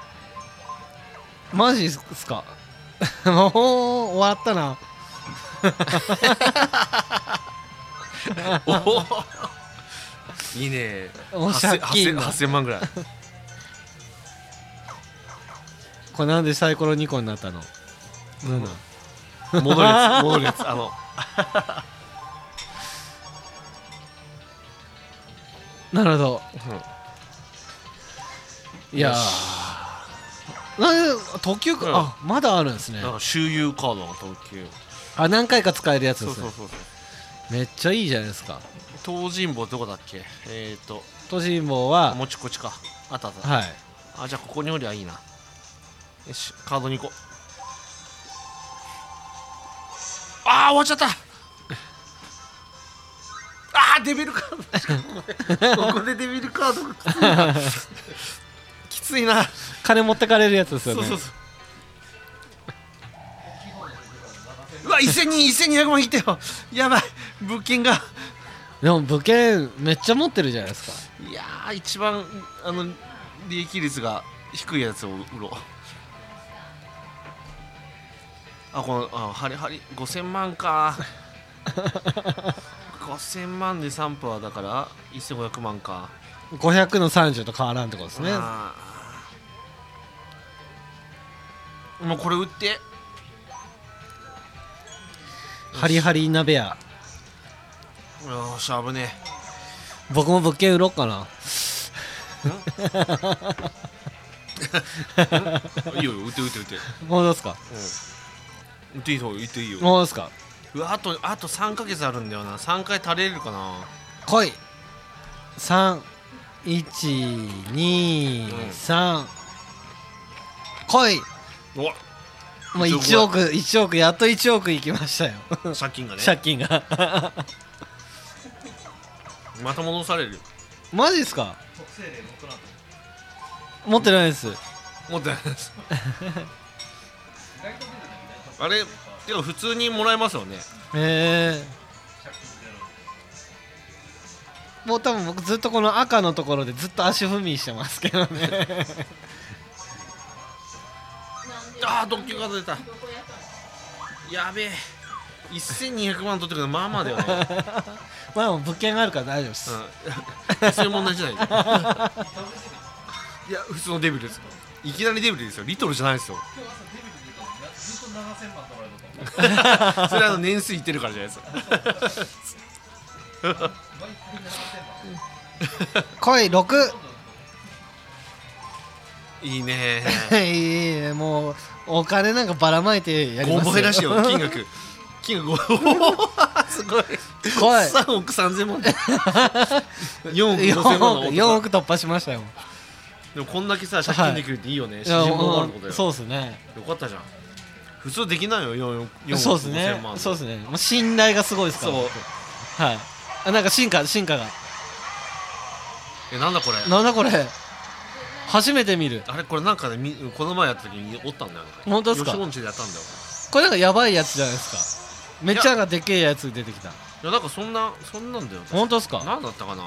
Speaker 2: マジっすか？もう終わったな。
Speaker 3: おいいね。
Speaker 2: もう借金が
Speaker 3: 8000万ぐらい。
Speaker 2: これなんでサイコロ2個になったの？
Speaker 3: 戻るやつ
Speaker 2: なるほど、いや特急か、あまだあるんですね。
Speaker 3: なんか周遊カードの特急、
Speaker 2: 何回か使えるやつですね。
Speaker 3: そう
Speaker 2: めっちゃいいじゃないですか。
Speaker 3: 東尋坊どこだっけ。
Speaker 2: 東尋坊は
Speaker 3: もちこちか。あった。
Speaker 2: はい。
Speaker 3: じゃあここにおりゃいいな。よし、カードに行こう。終わっちゃった。デビルカードここでデビルカードがきついな。
Speaker 2: 金持ってかれるやつですよね。
Speaker 3: そううわ、1200万いったよ。やばい、物件が。
Speaker 2: でも物件めっちゃ持ってるじゃないですか。
Speaker 3: いやー、一番利益率が低いやつを売ろう。このハリ5000万か。5000万で3歩はだから1500万か。
Speaker 2: 500の30と変わらんってことですね。
Speaker 3: もうこれ売って。
Speaker 2: ハリハリ鍋屋。
Speaker 3: よし、危ねえ。
Speaker 2: 僕も物件売ろうかな。
Speaker 3: いいよ、売って。
Speaker 2: 本当ですか。
Speaker 3: 売っていいよ。
Speaker 2: 本当ですか。
Speaker 3: うわ、あと3ヶ月あるんだよな。3回足りれるかな。
Speaker 2: 来い。3、1、2、3。来い。もう1億やっと1億いきましたよ。
Speaker 3: 借金がね。
Speaker 2: 借金が
Speaker 3: また戻されるよ。
Speaker 2: マジですか。持ってないです。
Speaker 3: 持ってないですあれでも普通にもらえますよね。
Speaker 2: もう多分僕ずっとこの赤のところでずっと足踏みしてますけどね
Speaker 3: 特急カード出た。やべえ、1200万取ってくるのまあまあだよね
Speaker 2: まあ物件があるから大丈夫です、
Speaker 3: そういう問題じゃないいや、普通のデビルです。いきなりデビルですよ。リトルじゃないですよそれは年数いってるからじゃないですか
Speaker 2: 来い6。
Speaker 3: いいね
Speaker 2: いいね。もうお金なんかばらまいてやりますよ。
Speaker 3: 5倍らしいよ。金額すごい。3億3000万4億5000万の
Speaker 2: 4億突破しましたよ。
Speaker 3: でもこんだけさ借金できるっていいよね。詩人もあることだよ。
Speaker 2: そうですね。
Speaker 3: よかったじゃん。普通できないよ。4億5000万。
Speaker 2: そうですね。もう信頼がすごいですから。そうはい。なんか進化が。
Speaker 3: なんだこれ。
Speaker 2: 初めて見る。
Speaker 3: あれこれなんかね、この前やった時におったんだよね。
Speaker 2: 本当ですか。
Speaker 3: 吉本でやったんだよ。
Speaker 2: これなんかやばいやつじゃないですか。めっちゃなんかでけえやつ出てきた。
Speaker 3: いや、なんかそんなんだよ。
Speaker 2: 本当ですか。
Speaker 3: なんだったかな。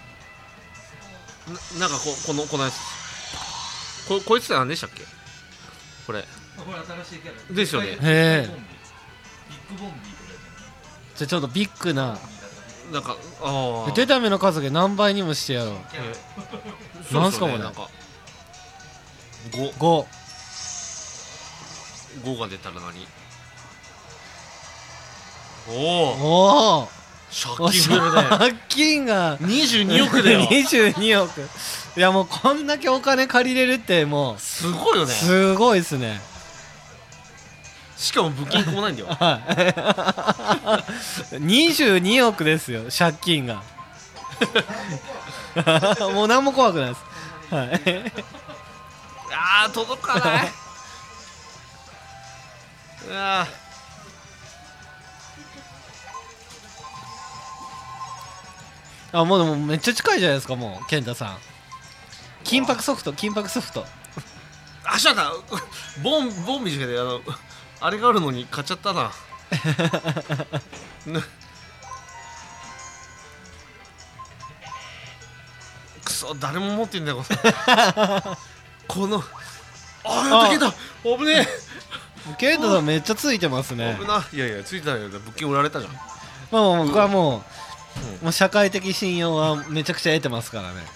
Speaker 3: なんかこのやつ。こいつって何でしたっけ。これ新しいキャラですよね。
Speaker 2: へえ。ビッグボンビーとかじゃあちょっとビッグな。
Speaker 3: なんか
Speaker 2: 出た目の数で何倍にもしてやろう。なんすかもね。なんか5
Speaker 3: が出たら何。おお借
Speaker 2: 金が
Speaker 3: 22億だよ
Speaker 2: 22億。いやもうこんだけお金借りれるってもう
Speaker 3: すごいよね。
Speaker 2: すごいですね。
Speaker 3: しかも物件来ないんだよ
Speaker 2: 22億ですよ、借金がもう何も怖くないです。
Speaker 3: 届かない
Speaker 2: もうでもめっちゃ近いじゃないですか。もう健太さん金箔ソフトそう
Speaker 3: だボンビじゃねえ。あれがあるのに買っちゃったなくそ、誰も持ってんだよこのやったけど危ね
Speaker 2: え。健太さんめっちゃついてますね。
Speaker 3: 危な。いやついてないよ。物件売られたじゃん。
Speaker 2: 僕はもう社会的信用はめちゃくちゃ得てますからね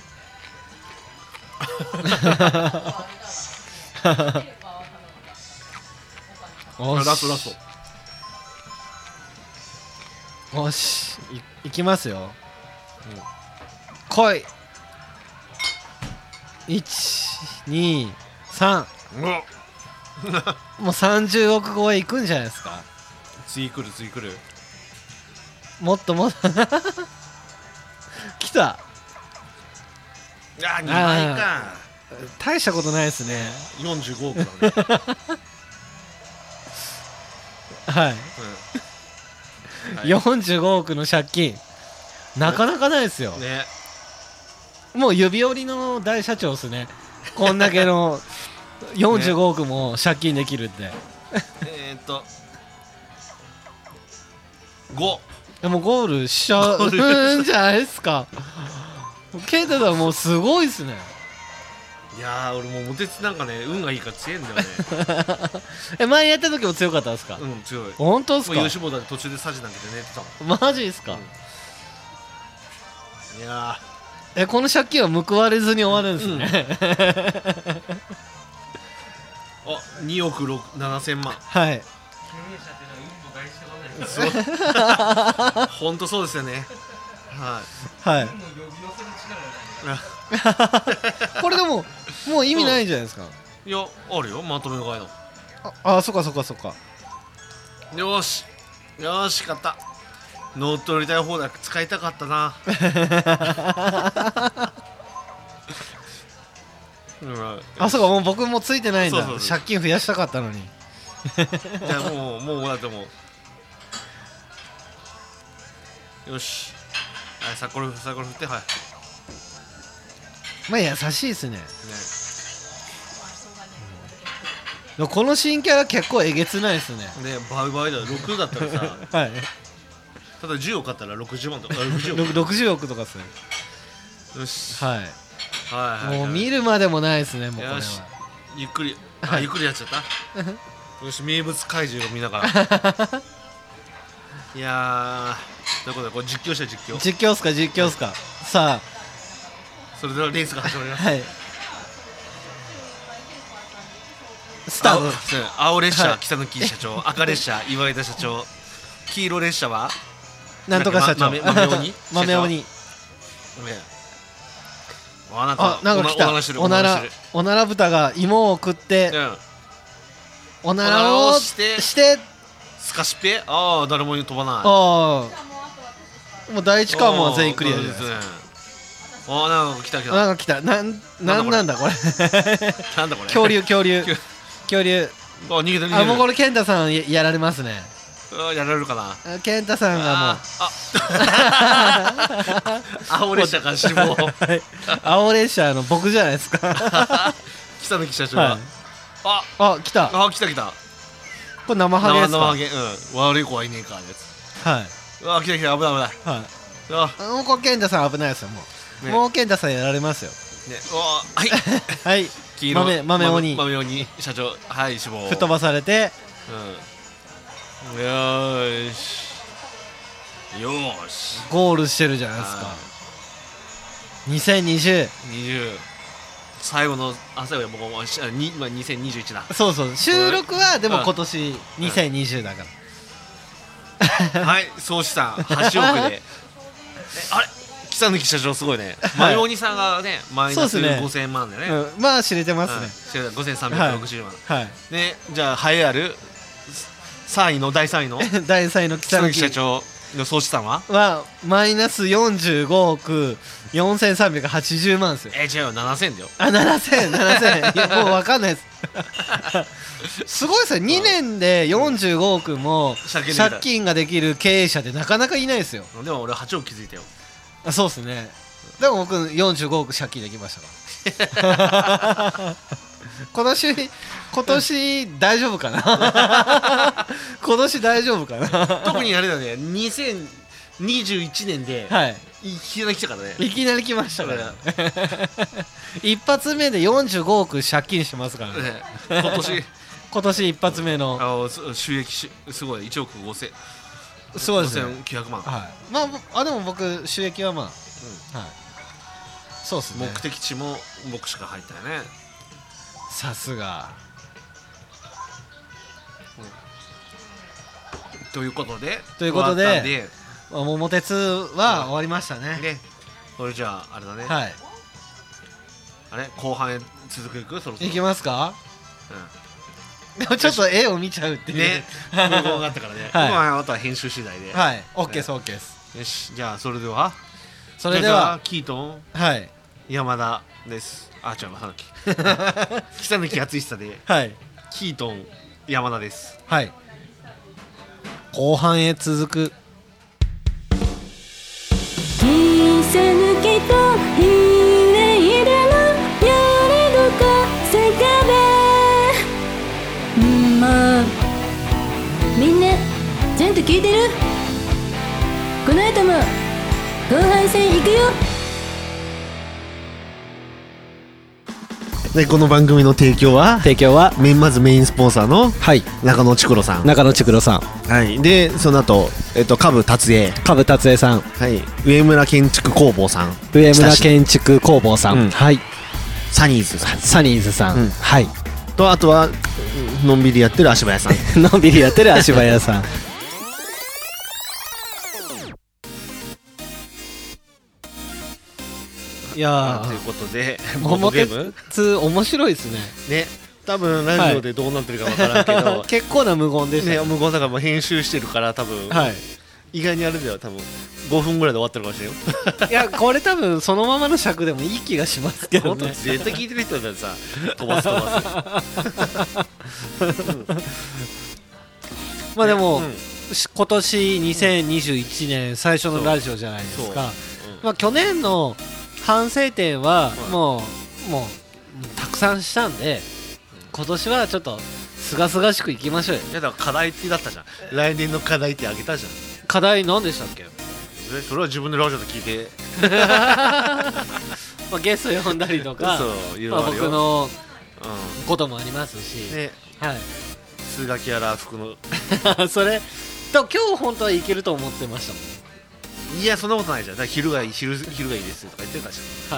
Speaker 3: ラスト
Speaker 2: よし、いきますよ、来い。123もう30億超えいくんじゃないですか。
Speaker 3: 次来る次来る。
Speaker 2: もっともっと来た。
Speaker 3: いや2倍か。
Speaker 2: 大したことないですね。
Speaker 3: 45億だね。
Speaker 2: はい、
Speaker 3: はい、
Speaker 2: 45億の借金なかなかないですよ
Speaker 3: ね。
Speaker 2: もう指折りの大社長ですね。こんだけの45億も借金できるって、
Speaker 3: 5。
Speaker 2: でもゴールしちゃうんじゃないですか。ケイタさんもうすごいっすね。
Speaker 3: いやー俺もうモテツなんかね運がいいから強いんだよね。
Speaker 2: 前やった時も強かったですか。
Speaker 3: うん強い。
Speaker 2: 本当ですか。
Speaker 3: もう吉本で途中でサジ投げて寝てたもん。
Speaker 2: マジですか、
Speaker 3: いや
Speaker 2: この借金は報われずに終わるんですね、
Speaker 3: あ2億7000万。
Speaker 2: はい
Speaker 3: そう本当そうですよね。
Speaker 2: はいこれでももう意味ないんじゃないですか。
Speaker 3: いやあるよまとめ買いの。
Speaker 2: あそっかそっかそっか。
Speaker 3: よしよし買った。乗っ取りたい方だ使いたかったな。
Speaker 2: あそうかもう僕もついてないんだ。
Speaker 3: そう
Speaker 2: 借金増やしたかったのに。
Speaker 3: じゃあもうだってもうよし。はいサイコロ振ってはい。
Speaker 2: まあ優しいですね。
Speaker 3: ね
Speaker 2: でもこの新キャラ結構えげつないですね。
Speaker 3: で倍々だよ6だったらさ
Speaker 2: はい
Speaker 3: ただ10を買ったら60万とか60億。
Speaker 2: 60億とかですね。
Speaker 3: よし
Speaker 2: は
Speaker 3: はいはい
Speaker 2: もう見るまでもないですね。もうこれは
Speaker 3: よしゆっくり
Speaker 2: はい
Speaker 3: ゆっくりやっちゃったよし名物怪獣を見ながらいやーということでこれ実況した実況
Speaker 2: 実況っすか実況っすか。さ
Speaker 3: それではレースが始まります。
Speaker 2: あはいスタート。
Speaker 3: 青列車、
Speaker 2: はい
Speaker 3: 北抜社長、赤列車岩井田社長、黄色列車は
Speaker 2: なんとか社長
Speaker 3: 豆鬼
Speaker 2: 豆鬼。
Speaker 3: なん
Speaker 2: あなんか来た。おなら豚が芋を食っておならをして
Speaker 3: スカシッペああ誰も飛ばない。
Speaker 2: ああもう第一関門は全員クリアじゃないですか。
Speaker 3: あなんか来た
Speaker 2: なんか来た。なんだこれ
Speaker 3: なんだこれ
Speaker 2: 恐竜
Speaker 3: あ逃げた
Speaker 2: あもうこれ健太さんやられますね。
Speaker 3: やられるかな。
Speaker 2: 健太さんがもう
Speaker 3: 青列車が死亡。
Speaker 2: 青列車の僕じゃないですか。
Speaker 3: 北抜社長が
Speaker 2: 来た。
Speaker 3: 来た
Speaker 2: これ生ハゲですか。
Speaker 3: 生ハゲ悪い子はいねえかやつ。
Speaker 2: はい
Speaker 3: 来た危ない
Speaker 2: はいもうこれ健太さん危ないですよ。もう健太さんやられますよ。
Speaker 3: はい
Speaker 2: はい
Speaker 3: 黄色
Speaker 2: 豆
Speaker 3: 鬼社長はい死亡。
Speaker 2: 吹っ飛ばされて
Speaker 3: よーし
Speaker 2: ゴールしてるじゃないですか。2020
Speaker 3: 最後の最後はもう2021だ。
Speaker 2: そう収録はでも今年2020だから
Speaker 3: はい総資産8億であれ北抜社長すごいね。豆鬼さんがねマイナス5000万でね
Speaker 2: まあ知れてますね。
Speaker 3: 5360万
Speaker 2: はい
Speaker 3: でじゃあ栄えある第3位の
Speaker 2: 第3位の北
Speaker 3: 北
Speaker 2: 抜
Speaker 3: 抜社長の総資産は
Speaker 2: マイナス45億4380万ですよ。
Speaker 3: 違うよ7000だよ。
Speaker 2: 7000もう分かんないですすごいですよ。2年で45億も借金ができる経営者ってなかなかいないですよ。
Speaker 3: でも俺8億気づいたよ。
Speaker 2: そうですね。でも僕45億借金できましたから今年大丈夫かな今年大丈夫かな
Speaker 3: 特にあれだね2021年でいきなり来たからね。
Speaker 2: いきなり来ましたから一発目で45億借金してますからね今年一発目の
Speaker 3: 収益すごい1億5000
Speaker 2: すごいですね。
Speaker 3: 5900万。
Speaker 2: まあでも僕収益はまあそうですね。
Speaker 3: 目的地も僕しか入ったよね。
Speaker 2: さすが
Speaker 3: ということで
Speaker 2: 桃鉄は終わりましたね。
Speaker 3: でこれじゃああれだね、
Speaker 2: はい。
Speaker 3: あれ後半へ続くいくそろそろ
Speaker 2: いきますか。でもちょっと絵を見ちゃうっていう
Speaker 3: ね無言があったからね、
Speaker 2: はい
Speaker 3: まああとは編集次第で、
Speaker 2: はい。オッケーですオッケーです。
Speaker 3: よしじゃあそれではじゃ
Speaker 2: それでは
Speaker 3: あキートン
Speaker 2: はい
Speaker 3: 山田です。あ違うまさき北貫敦久で
Speaker 2: はい
Speaker 3: キートン山田です。
Speaker 2: はい。後半へ続く。
Speaker 5: 切り抜けとひねいでのやれどかせかべもうみんなちゃんと聞いてる？この後も後半戦行くよ。
Speaker 3: でこの番組の提供はまずメインスポンサーの
Speaker 2: はい。
Speaker 3: 中野ちくろさん、
Speaker 2: 中野ちくろさん、
Speaker 3: はいでその後下部達也、
Speaker 2: 下部達也さん、
Speaker 3: はい上村建築工房さん、
Speaker 2: 上村建築工房さん、
Speaker 3: うん
Speaker 2: はい。
Speaker 3: サニーズさん
Speaker 2: サニーズさん、
Speaker 3: うん
Speaker 2: はい。
Speaker 3: とあとはのんびりやってる足早さん
Speaker 2: のんびりやってる足早さん。いや
Speaker 3: ということで
Speaker 2: 桃
Speaker 3: ゲーム
Speaker 2: 鉄面白いですね。
Speaker 3: ね多分ラジオでどうなってるかわからんけど、
Speaker 2: 結構な無言でした
Speaker 3: ね無言だからもう編集してるから多分、
Speaker 2: はい。
Speaker 3: 意外にあれだよ多分5分ぐらいで終わってるかもしれんよ
Speaker 2: いやこれ多分そのままの尺でもいい気がしますけど
Speaker 3: 本当
Speaker 2: ね。
Speaker 3: 絶対聞いてる人だったらさ飛ばす
Speaker 2: まあでも、
Speaker 3: うん
Speaker 2: 今年2021年最初のラジオじゃないですか。
Speaker 3: うん
Speaker 2: まあ去年の反省点は
Speaker 3: うん
Speaker 2: もうたくさんしたんで、今年はちょっとすがすがしくいきましょうよ。
Speaker 3: いやだから課題ってだったじゃん、来年の課題ってあげたじゃん。
Speaker 2: 課題何でしたっけ？
Speaker 3: それは自分でラジオで聞いて
Speaker 2: まあゲスト呼んだりとか、
Speaker 3: そういろい
Speaker 2: まあ
Speaker 3: ろあるよ、
Speaker 2: 僕の
Speaker 3: う
Speaker 2: こともありますし、
Speaker 3: ん、ね
Speaker 2: はい。
Speaker 3: 数学やら服の
Speaker 2: それと今日本当はいけると思ってましたもん。
Speaker 3: いやそんなことないじゃん。だから昼がいいですとか言ってたじ
Speaker 2: はい。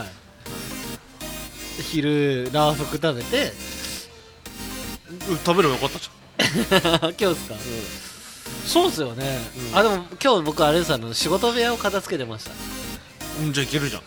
Speaker 2: 昼ラー服食べて
Speaker 3: ゃん。食べればよかったじ
Speaker 2: 今日ですか？そうですよね。
Speaker 3: うん
Speaker 2: あでも今日僕あれです仕事部屋を片付けてました。
Speaker 3: ゃん。じゃあいけるじゃん。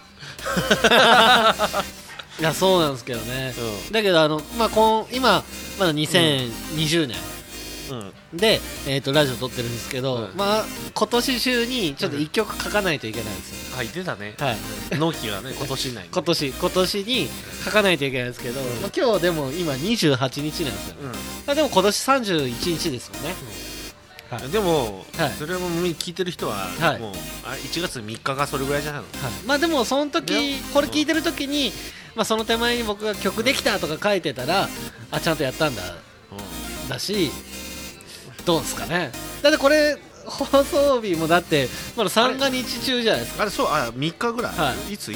Speaker 2: いやそうなんですけどね。
Speaker 3: う
Speaker 2: だけどまあ今まだ2020年
Speaker 3: ん
Speaker 2: でラジオ撮ってるんですけど、
Speaker 3: うん
Speaker 2: まあ今年中にちょっと1曲書かないといけないんですよ。
Speaker 3: はい出たね。
Speaker 2: はい。
Speaker 3: 納期がね今年内に。
Speaker 2: 今年に書かないといけないんですけど、まあ、今日でも今28日なんですよ。まあでも今年31日ですよね。はい
Speaker 3: でも、
Speaker 2: はい
Speaker 3: それも聞いてる人は、
Speaker 2: はい
Speaker 3: もう1月3日がそれぐらいじゃないの。
Speaker 2: まあでもその時これ聞いてる時に、まあ、その手前に僕が曲できたとか書いてたらあちゃんとやったんだだしどうですかね。だってこれ放送日もだってまだ三が日中じゃないですか。
Speaker 3: あれそう3日ぐらい、
Speaker 2: はい
Speaker 3: つだ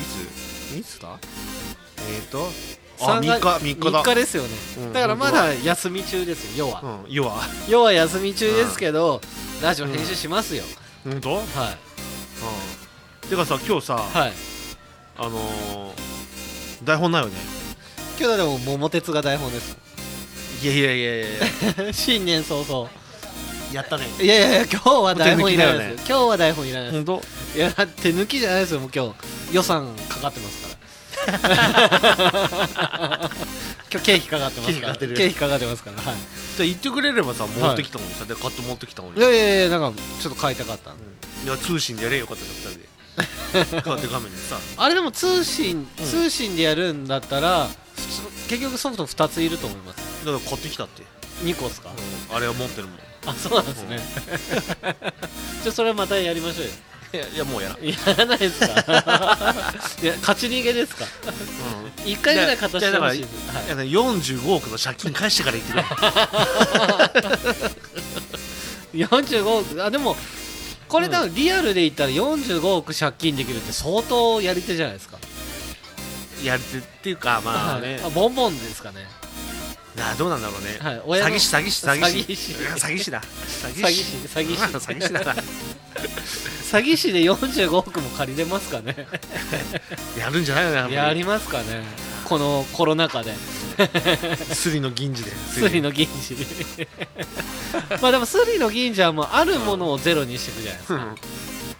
Speaker 2: 三が
Speaker 3: 3日だ
Speaker 2: 3日ですよね、
Speaker 3: うん
Speaker 2: だからまだ休み中ですよ。
Speaker 3: 要は
Speaker 2: 休み中ですけど、ラジオ編集しますよ。
Speaker 3: 本当？
Speaker 2: はい
Speaker 3: てかさ今日さ、
Speaker 2: はい。
Speaker 3: 台本ないよね。
Speaker 2: 今日はでも桃鉄が台本です
Speaker 3: いや
Speaker 2: 新年早々。
Speaker 3: やったね。
Speaker 2: いや今日は台本いらないですよ。
Speaker 3: 手抜き
Speaker 2: 今日は台本いらないです。
Speaker 3: 本当？
Speaker 2: いや手抜きじゃないですよ。もう今日予算かかってますから。今日経費かかってますから。経費かかってますから。はい。
Speaker 3: じゃあ言ってくれればさ持ってきたのにさ、で買って持ってきたのに。
Speaker 2: いやなんかちょっと買いたかった。
Speaker 3: いや通信でやれよかったじゃん2人で。買って画面でさ。
Speaker 2: あれでも通信でやるんだったら結局ソフト2ついると思います。
Speaker 3: だから買ってきたって。
Speaker 2: 2個ですか？
Speaker 3: あれは持ってるもん。
Speaker 2: あそうなんですね。じゃあそれはまたやりましょうよ。
Speaker 3: いやもうやらん。
Speaker 2: やらないですか？いや勝ち逃げですか？1回ぐらい勝たせてほしいです。
Speaker 3: いや45億の借金返してから言ってくれ。
Speaker 2: 45億でもこれ多分リアルで言ったら45億借金できるって相当やり手じゃないですか。
Speaker 3: やり手っていうかまあね、
Speaker 2: ボンボンですかね。
Speaker 3: どうなんだろうね、
Speaker 2: はい、
Speaker 3: 詐欺師だ
Speaker 2: 詐欺師だ
Speaker 3: 詐欺師
Speaker 2: 詐欺師で45億も借りれますかね。
Speaker 3: やるんじゃないよね。
Speaker 2: やりますかねこのコロナ禍で。
Speaker 3: スリの銀次で
Speaker 2: スリの銀次まあでもスリの銀次はもうあるものをゼロにしていくじゃないですか、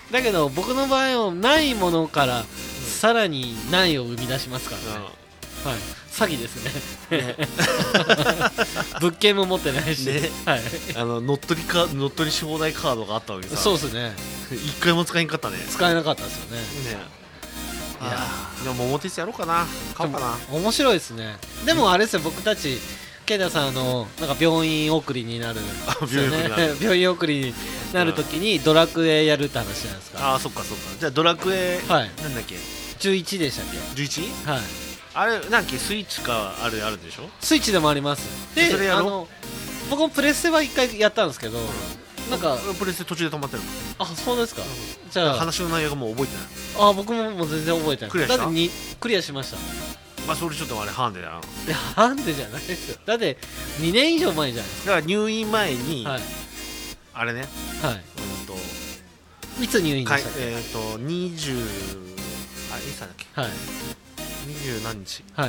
Speaker 2: だけど僕の場合はないものからさらにないを生み出しますからね、はい、詐欺ですね物件も持ってないし、
Speaker 3: ね、
Speaker 2: はい、
Speaker 3: 乗っ取りし放題カードがあったのにさ、
Speaker 2: そうですね、
Speaker 3: 一回も使えんかったね。
Speaker 2: 使えなかったですよね。
Speaker 3: いやでも桃鉄やろうかな、買おうかな。
Speaker 2: 面白いですね。でもあれですよ、僕たちケイダさんなんか病院送りになる病院送りになるときにドラクエやるって話じゃないですか。
Speaker 3: あ、そっかそっか。じゃあドラクエ、
Speaker 2: はい、
Speaker 3: なんだっけ、
Speaker 2: 11でしたっけ。
Speaker 3: 11？
Speaker 2: はい、
Speaker 3: あれなんだっけ、スイッチかあるでしょ。
Speaker 2: スイッチでもあります。で
Speaker 3: それやろう。
Speaker 2: 僕もプレステは1回やったんですけど、なんか
Speaker 3: プレステ途中で止まってるの。
Speaker 2: あ、そうですか。じゃあ
Speaker 3: 話の内容がもう覚えてない。
Speaker 2: あ、僕ももう全然覚えてない。
Speaker 3: クリアした？
Speaker 2: だってクリアしました。
Speaker 3: まあそれちょっとあれハンデだな。
Speaker 2: いや、なんでじゃないですよ。だって2年以上前じゃないです
Speaker 3: だから入院前に、
Speaker 2: はい、
Speaker 3: あれね、
Speaker 2: はい、いつ入院でしたっけ。
Speaker 3: 20あれいつだっけ、
Speaker 2: はい、
Speaker 3: 20何日、
Speaker 2: はい、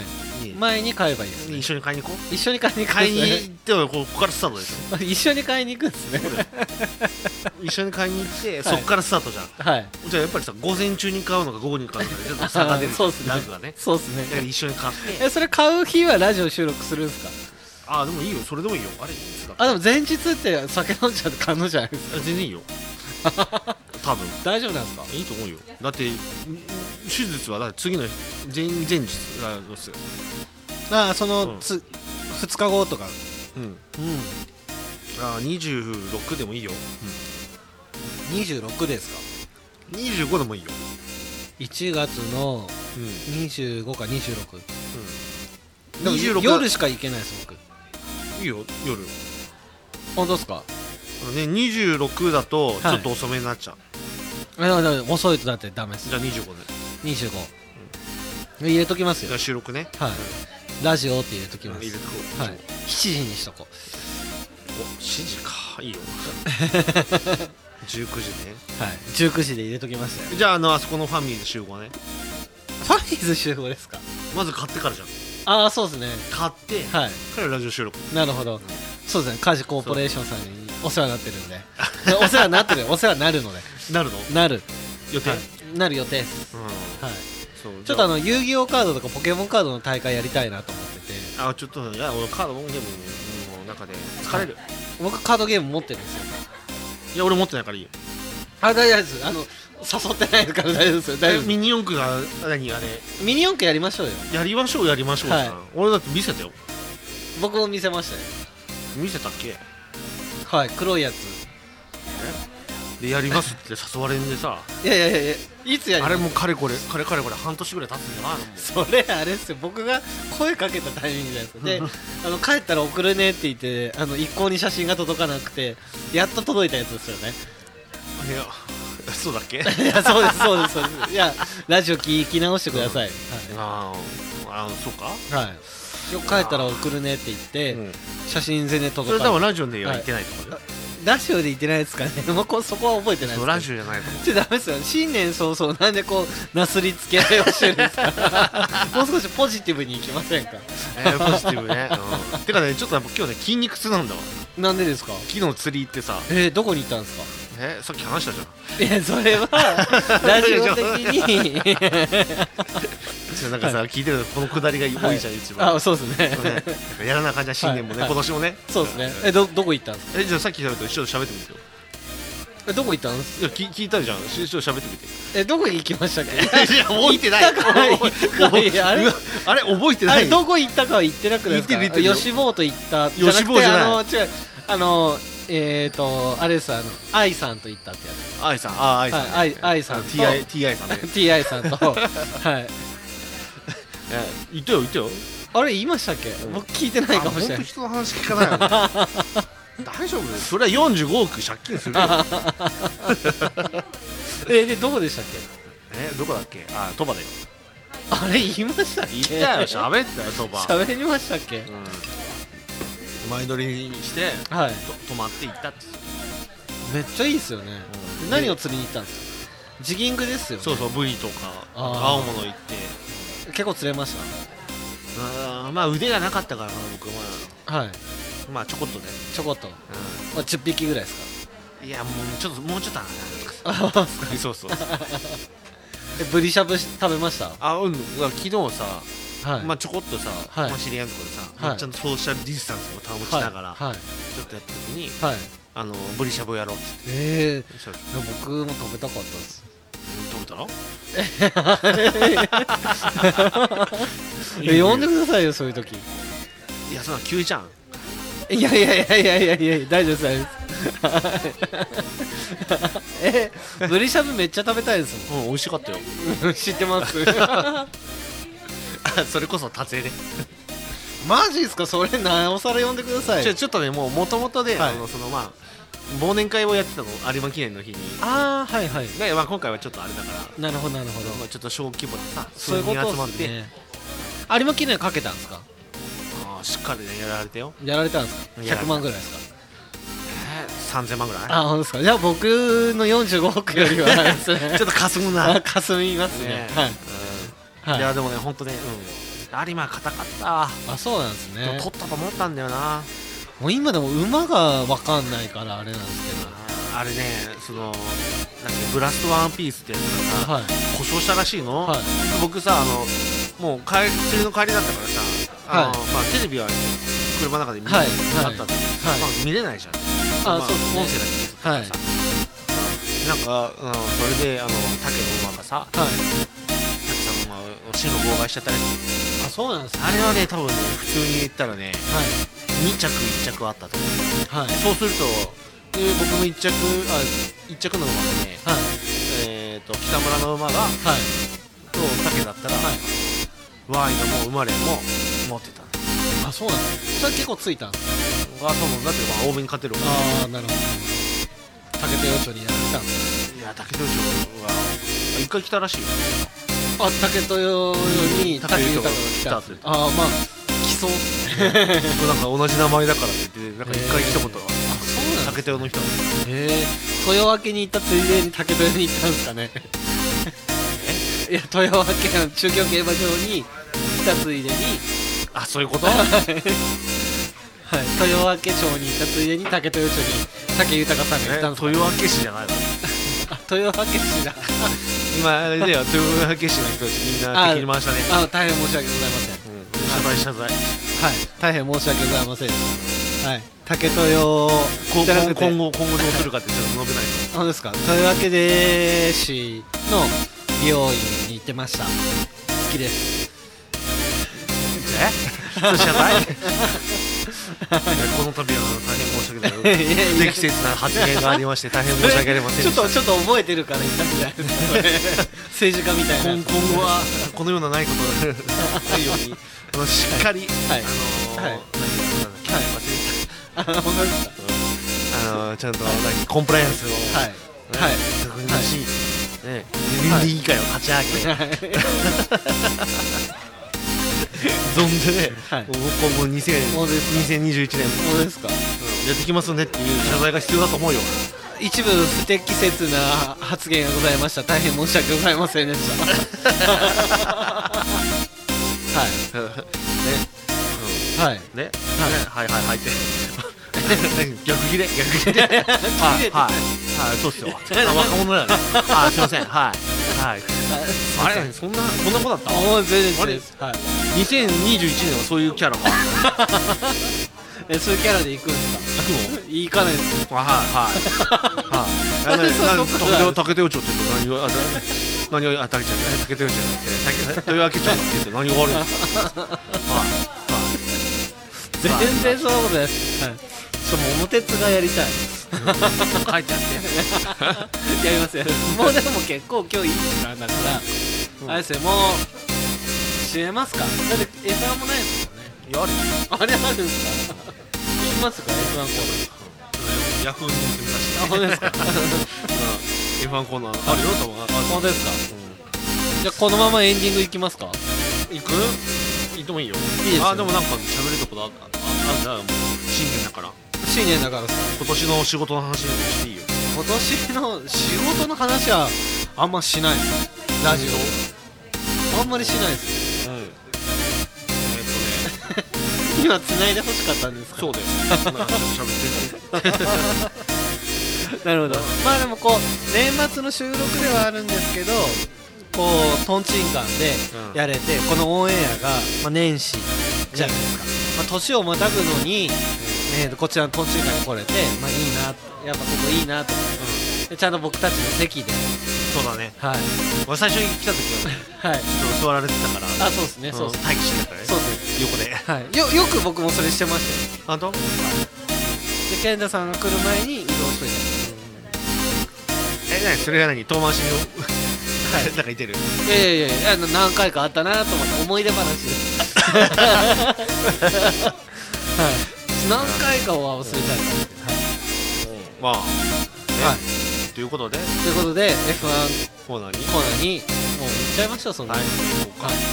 Speaker 3: に
Speaker 2: 前に買えばいいですね。
Speaker 3: 一緒に買いに行こう。
Speaker 2: 一緒に買いに行くん
Speaker 3: 買いに
Speaker 2: ですね。
Speaker 3: 行ってここからスタートですよ。
Speaker 2: 一緒に買いに行くんですね。
Speaker 3: 一緒に買いに行って、
Speaker 2: はい
Speaker 3: そっからスタートじゃん。
Speaker 2: はい、
Speaker 3: じゃあやっぱりさ、午前中に買うのか午後に買うのかでちょっと差が出る。
Speaker 2: そうっすね
Speaker 3: ラグがね。
Speaker 2: そうです
Speaker 3: だから
Speaker 2: ね。
Speaker 3: 一緒に買って
Speaker 2: それ買う日はラジオ収録するんですか。
Speaker 3: あ、でもいいよ、それでもいいよ。あれいつだっけ。
Speaker 2: あ、でも前日って酒飲んじゃって買うのじゃないですか。
Speaker 3: 全然いいよ。多分
Speaker 2: 大丈夫なんですか。
Speaker 3: いいと思うよ。だって手術はだって次の前日がどうする。
Speaker 2: ああ、その、
Speaker 3: うん
Speaker 2: 2日後とか。
Speaker 3: うん。
Speaker 2: うん、
Speaker 3: あ、26でもいいよ。
Speaker 2: 26ですか。
Speaker 3: 25でもいいよ。
Speaker 2: 1月の
Speaker 3: うん。
Speaker 2: 25か26。
Speaker 3: でも26
Speaker 2: 夜しか行けないです僕。
Speaker 3: いいよ、夜。
Speaker 2: 本当ですか。
Speaker 3: ね、26だとちょっと遅めになっちゃう。
Speaker 2: だから遅いとだってダメです。
Speaker 3: じゃあ25で。
Speaker 2: 25、入れときますよ。
Speaker 3: じゃあ収録ね。
Speaker 2: はい、ラジオって入れときます。
Speaker 3: 入れとこう。
Speaker 2: はい、7時にしとこ
Speaker 3: お、7時か。いいよ。19時ね。
Speaker 2: う。はい、19時で入れときましたよ。
Speaker 3: じゃああそこのファミリーズ集合ね。
Speaker 2: ファミーズ集合ですか。
Speaker 3: まず買ってからじゃん。
Speaker 2: ああ、そうですね。
Speaker 3: 買って
Speaker 2: はい、
Speaker 3: からラジオ収録。
Speaker 2: なるほど。そうですね、カジコーポレーションさんにお世話になってるんでお世話になってる、お世話になるので、
Speaker 3: なるの
Speaker 2: なる
Speaker 3: 予定。
Speaker 2: はい、なる予定です。
Speaker 3: うん。
Speaker 2: はい、
Speaker 3: そう。
Speaker 2: ちょっと遊戯王カードとかポケモンカードの大会やりたいなと思ってて、
Speaker 3: ちょっといや俺カードゲームの中で疲れる。
Speaker 2: 僕カードゲーム持ってるんですよ。
Speaker 3: いや俺持ってないからいいよ。
Speaker 2: あ、大丈夫です。誘ってないから大丈夫ですよ。大丈夫です。
Speaker 3: ミニ四駆が何あれ
Speaker 2: ミニ四駆やりましょうよ。
Speaker 3: やりましょうじゃん、
Speaker 2: はい
Speaker 3: 俺だって見せたよ。
Speaker 2: 僕も見せましたよ。
Speaker 3: 見せたっけ。
Speaker 2: はい、黒いやつ。
Speaker 3: でやりますって誘われんでさ
Speaker 2: いやいやいやいや、いつやります。
Speaker 3: あれもかれこれ半年ぐらい経つんじゃないの。もう
Speaker 2: それあれですよ、僕が声かけたタイミングじゃないですか。で帰ったら送るねって言って一向に写真が届かなくてやっと届いたやつですよね。
Speaker 3: いやそうだっけ。
Speaker 2: いや、そうですそうですそうです。いや、ラジオ聞き直してください。
Speaker 3: そうか。
Speaker 2: はい、今日帰ったら送るねって言って、
Speaker 3: うん
Speaker 2: 写真全然
Speaker 3: それ多
Speaker 2: 届かない。
Speaker 3: 分ラジオでは言ってないと思うよ。
Speaker 2: ラジオで言ってないですかね。もうそこは覚えてないです
Speaker 3: そう
Speaker 2: か。
Speaker 3: ラジオじゃないと思う。
Speaker 2: ダメですよ。新年早々なんでなすりつけ合いをしてるんですか。もう少しポジティブにいきませんか。
Speaker 3: ポジティブね。てかね、ちょっとやっぱ今日ね筋肉痛なんだわ。
Speaker 2: なんでですか。
Speaker 3: 昨日釣り行ってさ、
Speaker 2: どこに行ったんですか。
Speaker 3: さっき話したじゃん。
Speaker 2: いや、それはラジオ的に
Speaker 3: なんかさ、聞いてるこのくだりが多いじゃん、一番。
Speaker 2: あ、そうですね。
Speaker 3: やらなあかんじゃん、新年もね、
Speaker 2: はい
Speaker 3: 今年もね。
Speaker 2: そうですね。どこ行ったんですか。
Speaker 3: じゃあさっき喋った一緒に喋ってみてよ。
Speaker 2: どこ行ったんです
Speaker 3: いや聞いたじゃん、一緒に喋ってみて。
Speaker 2: どこに行きましたっけ。
Speaker 3: いや覚えてない。
Speaker 2: 行ったかいやあれ
Speaker 3: あれ覚えてない。
Speaker 2: あれどこ行ったかは言ってなくないですか。
Speaker 3: 言ってる
Speaker 2: 吉坊と行った
Speaker 3: 吉坊じゃない
Speaker 2: 違う、あれです愛さんと行ったってやつ。
Speaker 3: 愛さん、愛さん、
Speaker 2: 愛さんと
Speaker 3: TI さんね。
Speaker 2: TI さんとはい
Speaker 3: 言ってよ言ってよ。
Speaker 2: あれ言いましたっけ。僕聞いてないかもしれない。
Speaker 3: 本当人の話聞かないよね。大丈夫です。それは45億借金するよ。
Speaker 2: でどこでしたっけ。
Speaker 3: どこだっけ。鳥羽だよ。
Speaker 2: あれ言いましたっけ。
Speaker 3: 言ったよ、喋ったよ、鳥羽。
Speaker 2: 喋りましたっけ。
Speaker 3: 前撮りにして
Speaker 2: はい、
Speaker 3: 泊まって行ったって。
Speaker 2: めっちゃいいですよね。何を釣りに行ったんですか。ジギングですよね。
Speaker 3: そうそう、ブリとか青物行って
Speaker 2: 結構釣れまし
Speaker 3: まあ腕がなかったからな、僕は。
Speaker 2: た。はい、
Speaker 3: まあちょこっとね。
Speaker 2: ちょこっと、10匹ぐらいですか。
Speaker 3: いやもうちょっと
Speaker 2: あ
Speaker 3: そうそう
Speaker 2: ブリしゃぶ食べました？
Speaker 3: 昨日さ、
Speaker 2: はい、
Speaker 3: まあちょこっとさ、
Speaker 2: はい、
Speaker 3: まあ、知り合いのとこでさ、
Speaker 2: はい、
Speaker 3: ちゃんとソーシャルディスタンスを保ちながら、
Speaker 2: はい、
Speaker 3: ちょっとやった時に、
Speaker 2: はい、
Speaker 3: ブリしゃぶやろうって
Speaker 2: そう僕も食べたかったです。
Speaker 3: 食べたの
Speaker 2: 呼んでくださいよそういう時。
Speaker 3: いやそんな急じゃん。
Speaker 2: いや大丈夫ですブリしゃぶめっちゃ食べたいですもん。
Speaker 3: 美味しかったよ
Speaker 2: 知ってます
Speaker 3: それこそ達成で
Speaker 2: マジですか？それなおさら呼んでください。
Speaker 3: ちょっとねもともとで、
Speaker 2: はい、
Speaker 3: そのまあ忘年会をやってたの有馬記念の日に。
Speaker 2: ああはいはい。
Speaker 3: で、まあ、今回はちょっとあれだから。
Speaker 2: なるほどなるほど。
Speaker 3: まあ、ちょっと小規模でさ
Speaker 2: そういうこと
Speaker 3: 集まって、
Speaker 2: ね、有馬記念かけたんですか？
Speaker 3: しっかりねやられたよ。
Speaker 2: やられたんですか？100万ぐらいですか
Speaker 3: ？3000万ぐらい。
Speaker 2: あ、本当ですか？じゃあ僕の45億よりはですね
Speaker 3: ちょっとかすむな。
Speaker 2: かすみますね。
Speaker 3: はい。いやでもね本当ね、有馬硬かった。
Speaker 2: あ、そうなんですね。
Speaker 3: 取ったと思ったんだよな。
Speaker 2: もう今でも馬が分かんないからあれなんですけど、
Speaker 3: あれねそのなんかブラストワンピースってやつがさ、はい、故障したらしいの。はい、僕さもう釣りの帰りだったからさ、まあテレビは車の中で見る、あったんだけど、まあ見れないじゃん。
Speaker 2: あ、そうですね。
Speaker 3: 音声だけど、はい、なんか、それで竹の馬がさ、竹さんの馬を進路妨害しちゃったらしい。
Speaker 2: あ、そうなんですね。
Speaker 3: あれはね多分ね普通に言ったらね、2着1着あったと思う。はい、そうすると僕の1着の馬がね、北村の馬が、と竹だったら、ワインのもう生まれも持ってた。
Speaker 2: あ、そうなんですね。それ結構ついたんですか？
Speaker 3: そうだって多めに勝てるから。
Speaker 2: ああ、なるほど。竹豊町にやられたんですか？
Speaker 3: いや竹豊町は1回来たらしいよ。
Speaker 2: あ、竹豊に竹豊が来たって。ああ、まあ来そうっすね。
Speaker 3: なんか同じ名前だからって言ってなんか1回来たことが。あ、そうなん竹豊の人。
Speaker 2: 豊明に行ったついでに竹豊に行ったんですかね。いや、豊明の中京競馬場に来たついでに。
Speaker 3: あ、そういうこと？
Speaker 2: はい、豊明町に行ったついでに竹豊町に竹豊さんが行ったんですか？
Speaker 3: 豊明市じゃないの？
Speaker 2: 豊明市だ。
Speaker 3: 今あれだよ、豊明市の人たちみんな敵に回したね。
Speaker 2: 大変申し訳ございません。
Speaker 3: 謝罪。はい、
Speaker 2: 大変申し訳ございませんでした。はい、竹豊今後どうするかってちょっと述べないと。そうですか。豊明で市の美容院に行ってました。好きです。
Speaker 3: 謝罪。この度は大変申し訳ない。不適切な発言がありまして大変申し訳ありませんでした。
Speaker 2: ちょっと覚えてるから言ったんじゃないですか。政治家みたいな。
Speaker 3: 今後はこのようなないことがないようにしっかりちゃんとコンプライアンスを確認し、倫理委員会を立ち上げ。存んでね、今後2021年
Speaker 2: そうですか、
Speaker 3: やってきますねっていう謝罪が必要だと思うよ。
Speaker 2: 一部不適切な発言がございました。大変申し訳ございませんでした。はい
Speaker 3: ね、はいって逆切れはいそうっすよ。若者だよね。すいません。はいあれそんな子だった？
Speaker 2: 全然
Speaker 3: あれ2021年はそういうキャラか。
Speaker 2: そういうキャラで行くんですか？
Speaker 3: 行くの？
Speaker 2: 行かないです。
Speaker 3: 竹豊町って何を竹ちゃん竹豊町じゃなくて豊明町って言って何が悪いんですか？
Speaker 2: 全然そういうことです。桃鉄がやりたい。
Speaker 3: 書いてあって。
Speaker 2: やりますよ。もうでも結構今日いい時間だから、あれですよ、もう閉めますか？だって F1 もないですもんね。
Speaker 3: いや、
Speaker 2: あれあるんですか？行きますか F1 コーナー。
Speaker 3: ヤフーニュース見ました。
Speaker 2: あ、本当ですか
Speaker 3: ？F1 コーナーあるよ多分。
Speaker 2: 本当ですか？じゃあこのままエンディング行きますか？
Speaker 3: 行く？行ってもいいよ。
Speaker 2: いいですよ。
Speaker 3: あ、でもなんか喋るとこだ。じゃあもう新年だから。
Speaker 2: 新年だからさ、
Speaker 3: 今年の仕事の話していいよ。
Speaker 2: 今年の仕事の話はあんましないです。ラジオあんまりしないです。今繋いで欲しかったんですか？
Speaker 3: そうです。喋って
Speaker 2: なるほど。まあでもこう年末の収録ではあるんですけど、こうトンチンカンでやれて、このオンエアが、まあ、年始じゃないですか、まあ、年をまたぐのに、こちらのトンチンカンに来れて、まあいいな、やっぱここいいなと思って、でちゃんと僕たちの席で、
Speaker 3: そうだね。
Speaker 2: はい、
Speaker 3: 俺最初に来た時はね、
Speaker 2: はい、
Speaker 3: ちょっと座られてたから。
Speaker 2: あ、そうですね、そうです、
Speaker 3: 待機してたからね。
Speaker 2: そうです、
Speaker 3: 横で。
Speaker 2: はい、よく僕もそれしてましたよ。
Speaker 3: あと
Speaker 2: で健太さんが来る前に移動しといて、
Speaker 3: 何それが何遠回しになんか言ってる。
Speaker 2: いやいやいや、何回かあったなと思って思い出話ですはい、何回かは忘れちゃったんですけど、
Speaker 3: まあね、
Speaker 2: はい、
Speaker 3: ということで
Speaker 2: ということで F1
Speaker 3: コーナーに
Speaker 2: コーナーにもう行っちゃいましょう。そんな
Speaker 3: はい、
Speaker 2: に、
Speaker 3: はい、
Speaker 2: はい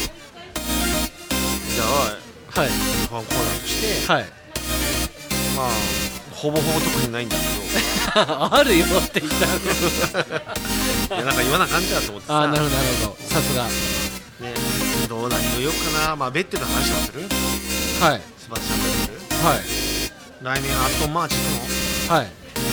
Speaker 3: じゃあ
Speaker 2: はい
Speaker 3: F1 コーナーとして
Speaker 2: はい
Speaker 3: まあほぼほぼ特にないんだけ
Speaker 2: あるよって言った
Speaker 3: どいやなんか言わなあかんじゃんと思ってさ。
Speaker 2: ああ、なるほどなるほど、さすが。
Speaker 3: ね、どう何を言おうかな。まあベッテルの話はする。
Speaker 2: はい
Speaker 3: セバスチャン・ベッテル
Speaker 2: はい
Speaker 3: 来年アストンマーチンの
Speaker 2: はい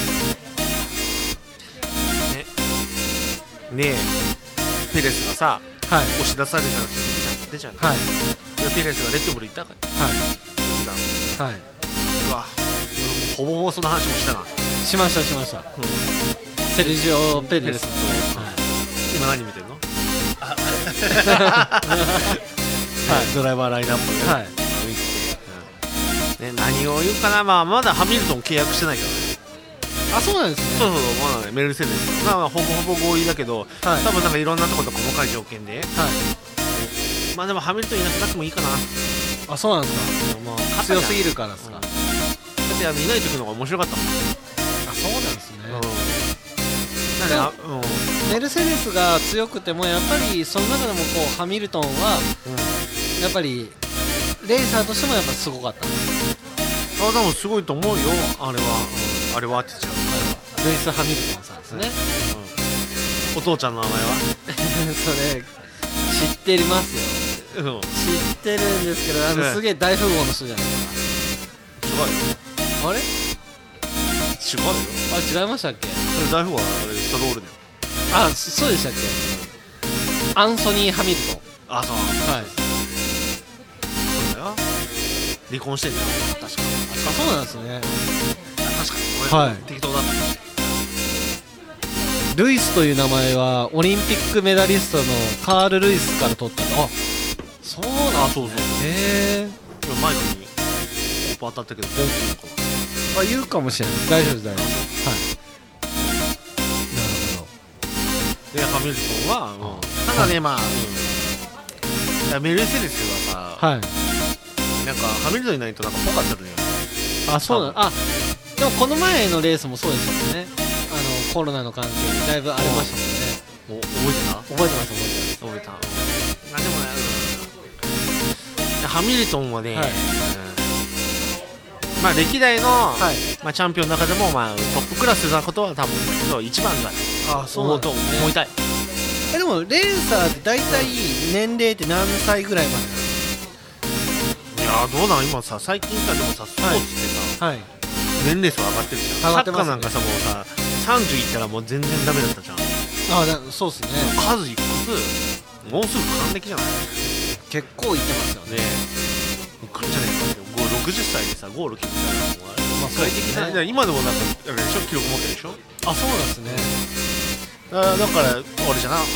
Speaker 3: ねえペレスがさ
Speaker 2: はい
Speaker 3: 押し出されたら出ちゃう
Speaker 2: はい
Speaker 3: でペレスがレッドブル行ったから
Speaker 2: はいは
Speaker 3: うわほぼほぼその話もしたな。
Speaker 2: い、しましたしました、セルジオ・ペレスと、
Speaker 3: 今何見てるの？
Speaker 2: はい
Speaker 3: ドライバーラインナップで
Speaker 2: はい
Speaker 3: 見てて、ね、何を言うかな。まあまだハミルトン契約してないからね。
Speaker 2: あ、そうなんですね。
Speaker 3: そうそうまだねメルセデスまあほぼほぼ合意だけど、
Speaker 2: はい
Speaker 3: 多分なんかいろんなところと細かい条件で、
Speaker 2: はい、
Speaker 3: まあでもハミルトンいなくなってもいいかな。
Speaker 2: あ、そうなんですか。
Speaker 3: もう
Speaker 2: 強すぎるからですか。
Speaker 3: だっていない時の方が面白かったもん。
Speaker 2: あ、そうなんですね。
Speaker 3: なんか
Speaker 2: メルセデスが強くてもやっぱりその中でもこうハミルトンはやっぱりレーサーとしてもやっぱすごかったんです
Speaker 3: あでもすごいと思うよあれは、あれはって言っちゃう、
Speaker 2: ルイス・ハミルトンさんですね、
Speaker 3: お父ちゃんの名前は
Speaker 2: それ知ってますよ。知ってるんですけどすげえ大富豪の人じゃないです
Speaker 3: 違うよ
Speaker 2: か。あれ
Speaker 3: 違うよ
Speaker 2: あれ違いましたっけ。
Speaker 3: それ大富豪はあれストロールだよ。
Speaker 2: あ、そうでしたっけ。アンソニー・ハミルトン。
Speaker 3: あそう
Speaker 2: はい
Speaker 3: そうだよ離婚してんだよ確か
Speaker 2: あ、そうなんですね。
Speaker 3: 確かに俺、
Speaker 2: はい
Speaker 3: 適当だったかもし
Speaker 2: ルイスという名前はオリンピックメダリストのカール・ルイスから取ったの。あ、そうなん
Speaker 3: れない。あそうそう
Speaker 2: へえ。
Speaker 3: 今マイクにコップ当たったけどボンキーのかな。
Speaker 2: あ、言うかもしれない。大丈夫です大丈夫です。はい。
Speaker 3: でハミルトンは、ただねまあ、いやメルセデスはさ、
Speaker 2: はい。
Speaker 3: なんかハミルトンいないとなんかポカするのよ。
Speaker 2: あ、そうなの。あ、でもこの前のレースもそうでしたもんね。コロナの関係でだいぶ荒れましたもんね。
Speaker 3: 覚えてた？
Speaker 2: 覚えてます覚
Speaker 3: 覚えた。あでもね、ハミルトンはね、
Speaker 2: はい
Speaker 3: まあ歴代の、
Speaker 2: はい
Speaker 3: まあチャンピオンの中でもまあトップクラスなことは多分だけど一番だね。
Speaker 2: あ、そうなんですね。
Speaker 3: 思いたい。
Speaker 2: でもレーサーって大体年齢って何歳ぐらいまでなんです
Speaker 3: いやーどうなの今さ最近さでもさスポーツってさ、
Speaker 2: か。はい。
Speaker 3: 年齢層上がってるじゃん。
Speaker 2: 上がってますね
Speaker 3: サッカーなんかさもうさ30いったらもう全然ダメだったじゃん。
Speaker 2: あ、そうですね。
Speaker 3: 数いくつもうすぐ還暦じゃない。
Speaker 2: 結構いってますよね。
Speaker 3: ねえ来るんじゃないかって60歳でさゴール決めたらもうあれ
Speaker 2: まあ
Speaker 3: 世界的な、
Speaker 2: そうですね
Speaker 3: 今でもなんかあれでしょ記録持ってるでしょ。
Speaker 2: あ、そうなんですね。
Speaker 3: だからあれじゃな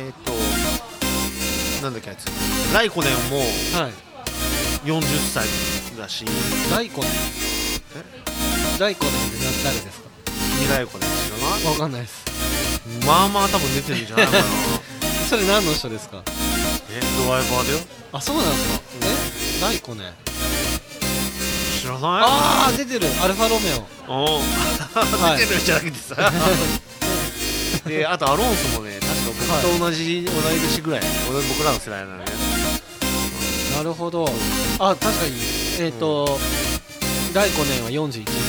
Speaker 3: なんだっけあいつライコネンも
Speaker 2: はい。
Speaker 3: 40歳だし
Speaker 2: ライコネン。ライコネンって誰ですか。
Speaker 3: 君ライコネン知らない？
Speaker 2: わかんないです。
Speaker 3: まあまあ多分出てるんじゃないかな
Speaker 2: それ何の人ですか。
Speaker 3: ドライバーだよ。
Speaker 2: あ、そうなんですか。ライコネン。
Speaker 3: 知らない？
Speaker 2: あー、出てる。アルファロメ
Speaker 3: おお
Speaker 2: い
Speaker 3: 出てるじゃなくてさであとアロンソもね確か僕と同い年ぐらい、僕らの世代なのね。
Speaker 2: オ。なるほど。あ、確かに。ライコネンは41です。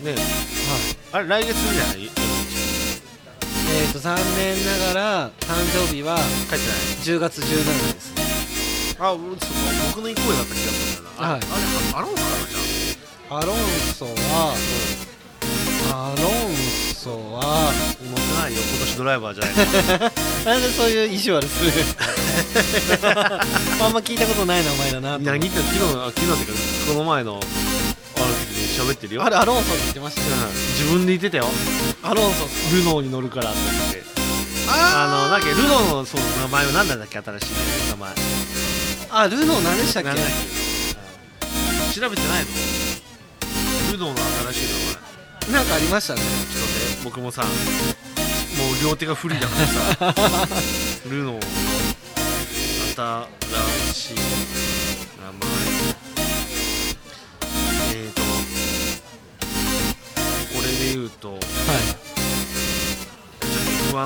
Speaker 3: ね
Speaker 2: はい。
Speaker 3: あれ来月じゃない？
Speaker 2: 残念ながら誕生日は
Speaker 3: 帰ってない
Speaker 2: 10月17日ですね。
Speaker 3: あ、そうか僕の1個上だった気がするんだな。
Speaker 2: はい
Speaker 3: あれアロンソかなじゃ
Speaker 2: アロンソは、アロンソソは
Speaker 3: 持ってないよ、今年ドライバーじゃない
Speaker 2: なんでそういう意地悪するんですかあんま聞いたことない名前だなと。
Speaker 3: 何言ってんの、昨日っていうかこの前のある時に喋ってるよ。
Speaker 2: あれアロンソって言ってましたよ、
Speaker 3: 自分で言ってたよ。
Speaker 2: アロンソ
Speaker 3: ルノーに乗るからって言って、なんだっけ、ルノーのその名前は何なんだっけ、新しい名前。
Speaker 2: あ、ルノー何でしたっけ。
Speaker 3: なんだっけ、調べてないの。ルノーの新しい名前
Speaker 2: なんかありましたね。
Speaker 3: ちょっとね、僕もさもう両手が不利だからさルノーの新しい名前、これで言うと、F1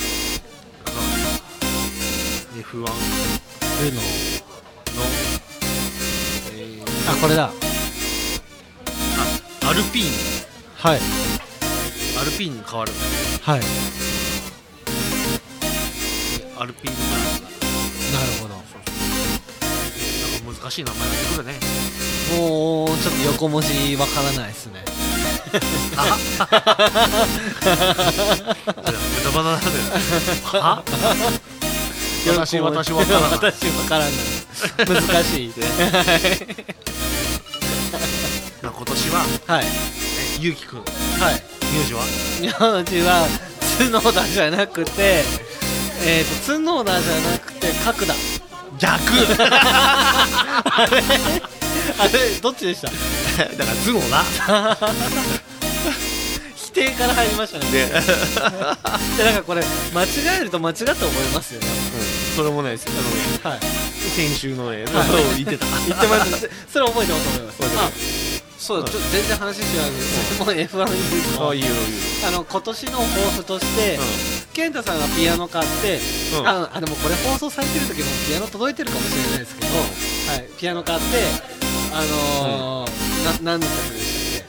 Speaker 3: F1
Speaker 2: ルノー
Speaker 3: の、
Speaker 2: あ、これだ。
Speaker 3: アルピーン、
Speaker 2: はい
Speaker 3: アルピーンに変わる。
Speaker 2: はい、
Speaker 3: アルピーンブランドだ。
Speaker 2: なるほど。
Speaker 3: なんか難しい名前になってくるね。
Speaker 2: もうちょっと横文字わからないですね。
Speaker 3: 豚バナナでは私わからない
Speaker 2: 私わからない難しい
Speaker 3: 今年は
Speaker 2: はい
Speaker 3: ゆうきくん、
Speaker 2: はい
Speaker 3: 名字は
Speaker 2: 名字は角田じゃなくて角田じゃなくて角田。
Speaker 3: 逆
Speaker 2: あれどっちでした。
Speaker 3: だから頭脳な
Speaker 2: 否定から入りましたね。でなんかこれ間違えると間違った思いますよね。
Speaker 3: それもね、
Speaker 2: はい、
Speaker 3: 先週のね、言ってた
Speaker 2: 言ってました。それ覚えてます思います。そうだ、ちょっと全然話違うんですけど、もう F1 いいですか。
Speaker 3: いいよ
Speaker 2: 今年の抱負として、健太さんがピアノ買って、でもこれ放送されてる時もピアノ届いてるかもしれないですけど、はい、ピアノ買って何の曲でしたっ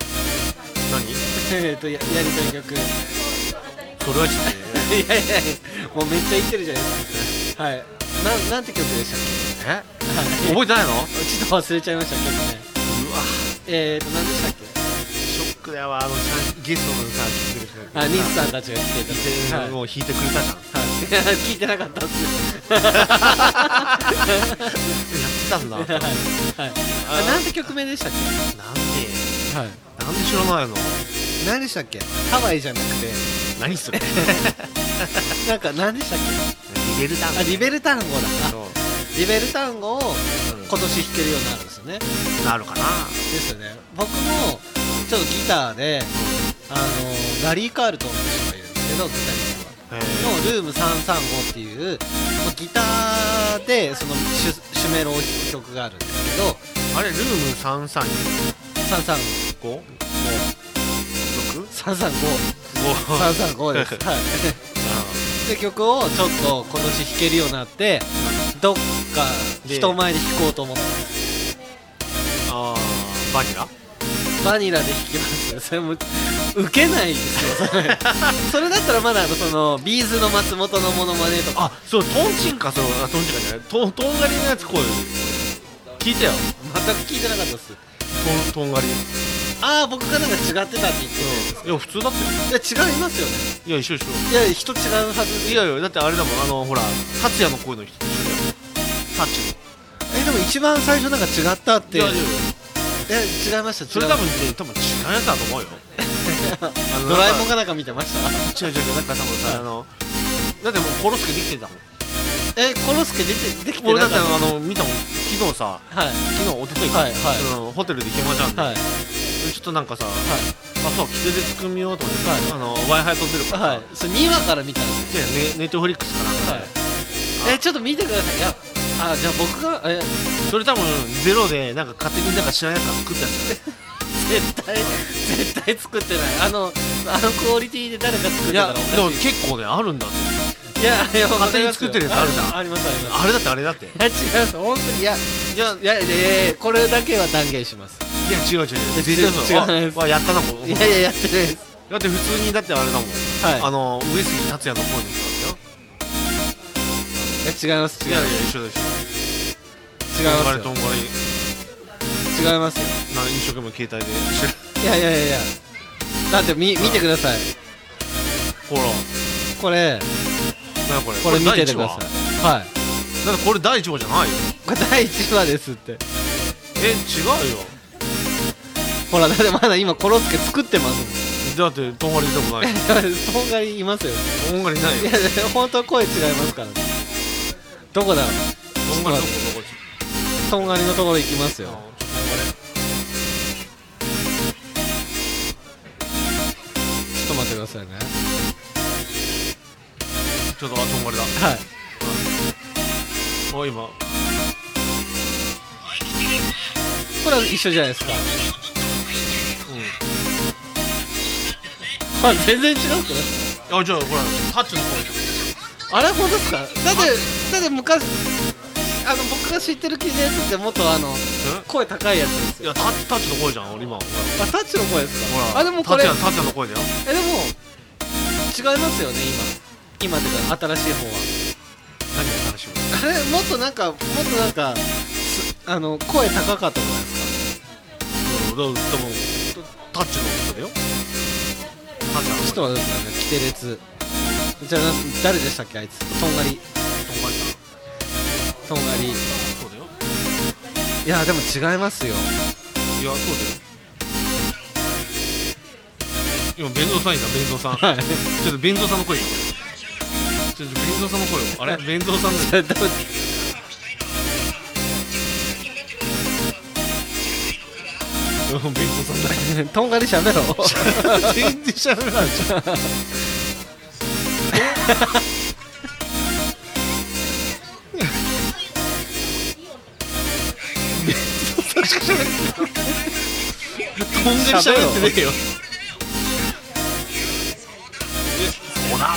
Speaker 2: け。
Speaker 3: 何
Speaker 2: やりたい曲。
Speaker 3: それはちょっと
Speaker 2: いやもうめっちゃ言ってるじゃないですか。はい、なんて曲でしたっけ。
Speaker 3: 覚えてないの。
Speaker 2: ちょっと忘れちゃいましたけどね。
Speaker 3: うわ、
Speaker 2: 何でしたっけ。
Speaker 3: ショックだよ、ゲストのさ、聞いてる人が
Speaker 2: ニスさんたちが来てた、
Speaker 3: もう弾いてくれたじゃん。
Speaker 2: 聞いてなかったっす。
Speaker 3: やってたんだ。
Speaker 2: なんて曲名でしたっけ。
Speaker 3: なんで知らないの。
Speaker 2: 何でしたっけ。ハワイじゃなくて
Speaker 3: 何それ。
Speaker 2: なんか何でしたっけ。
Speaker 3: リベルタンゴ。
Speaker 2: リベルタンゴだな。リベルタンゴを今年弾けるようになるんですよね。
Speaker 3: なるかな。
Speaker 2: ですよね。僕もちょっとギターでラリー・カールトンって人がいるんですけど、ギタリストのルーム335っていうギターでそのシュメロを弾く曲があるんですけど、
Speaker 3: あれルーム335
Speaker 2: 335です。で曲をちょっと今年弾けるようになって、どっか人前で弾こうと思ってます。バニラで弾きます。それもウケないですよ。それだったらまだそのビーズの松本のモノマネとか。
Speaker 3: そうトンチンか、トンチンかじゃない、トンガリのやつ、声聞いたよ。
Speaker 2: 全く聞いてなかったです。
Speaker 3: トンガリ。
Speaker 2: 僕がなんか違ってたって言って
Speaker 3: た。いや普通だった
Speaker 2: よ。いや違いますよね。
Speaker 3: いや一緒。
Speaker 2: いや人違うはず。
Speaker 3: いやだってあれだもん、ほら達也の声の人一緒だよ。タッチの。
Speaker 2: でも一番最初なんか違ったって。いや違いました。
Speaker 3: それ多分違うやつだと思うよ。
Speaker 2: ドラえもんがなんか見てました。
Speaker 3: 違うなんか多分さ、だってもうコロスケできてたもん。
Speaker 2: コロスケできて
Speaker 3: 俺だって見たもん昨日さ。昨日おとといかホテルで暇じゃん。ちょっとなんかさ、そうキテレツくん見ようと思って Wi-Fi 飛んでるから。
Speaker 2: それ2話から見たんですよ。
Speaker 3: ネットフリックスかなんかで。
Speaker 2: ちょっと見てください。いやじゃあ僕が
Speaker 3: それ多分ゼロでなんか勝手になんか知らないやつが作ったや
Speaker 2: つ。絶対作ってない。あのクオリティで誰か作ってたらおかしい。
Speaker 3: でも結構ねあるんだって。
Speaker 2: いや
Speaker 3: 勝手に作ってるやつあるじゃん。
Speaker 2: あります
Speaker 3: あれだって。
Speaker 2: いや違います本当に。いやこれだけは断言します。
Speaker 3: いや違う絶対そう。やったなもん。
Speaker 2: いややってないです。
Speaker 3: だって普通にだってあれだもん。上杉達也の声の人だったよ。
Speaker 2: いや違います。
Speaker 3: いや一緒でしょ。
Speaker 2: 違いますよ。
Speaker 3: トンガリ
Speaker 2: 違いますよ。
Speaker 3: 一生懸命携帯でしてる。
Speaker 2: いやだって見てください。
Speaker 3: ほら
Speaker 2: これ
Speaker 3: これ
Speaker 2: 見ててください。はい。
Speaker 3: だってこれ第1話じゃないよ。
Speaker 2: これ第1話ですって。
Speaker 3: 違うよ。
Speaker 2: ほらだってまだ今コロスケ作ってますもん。
Speaker 3: だってとんがり出たことない。
Speaker 2: とんがりいますよ。
Speaker 3: とんがりないよ。
Speaker 2: いや本当声違いますからね。どこだろう。
Speaker 3: とんがりどこ。
Speaker 2: とんがりのところ行きますよ。ちょっと待ってくださいね。
Speaker 3: ちょっととんがりだ。
Speaker 2: はい。
Speaker 3: 今
Speaker 2: これは一緒じゃないですか。あ、全然違うくない？
Speaker 3: じゃあほらタッチの声じ
Speaker 2: ゃん。あれ本当ですか？だって昔僕が知ってる記事のやつってもっと声高いやつですよ。
Speaker 3: いやタッチの声じゃん俺今。
Speaker 2: タッチの声ですか？
Speaker 3: ほら
Speaker 2: でもこれ
Speaker 3: タッチの声だよ。
Speaker 2: でも違いますよね今っていうか新しい方は。
Speaker 3: 何が新しい方？
Speaker 2: あれもっとなんか声高かったじゃないですか。
Speaker 3: でもタッチの音だよ。
Speaker 2: ちょっと待ってくださいね。キテレツじゃあ誰でしたっけあいつ。とんがり
Speaker 3: そうだよ。
Speaker 2: いやでも違いますよ。
Speaker 3: いやそうだよ。今弁蔵さんいた。弁蔵さん、はい、ちょっと弁蔵さんの声。ちょっと弁蔵さんの声を。あれ弁蔵さんだよ。弁蔵さんだよ。
Speaker 2: とんがりしゃべろ。
Speaker 3: 全然しゃべらないじゃん。とんがりしゃべってねえよ。そうだ。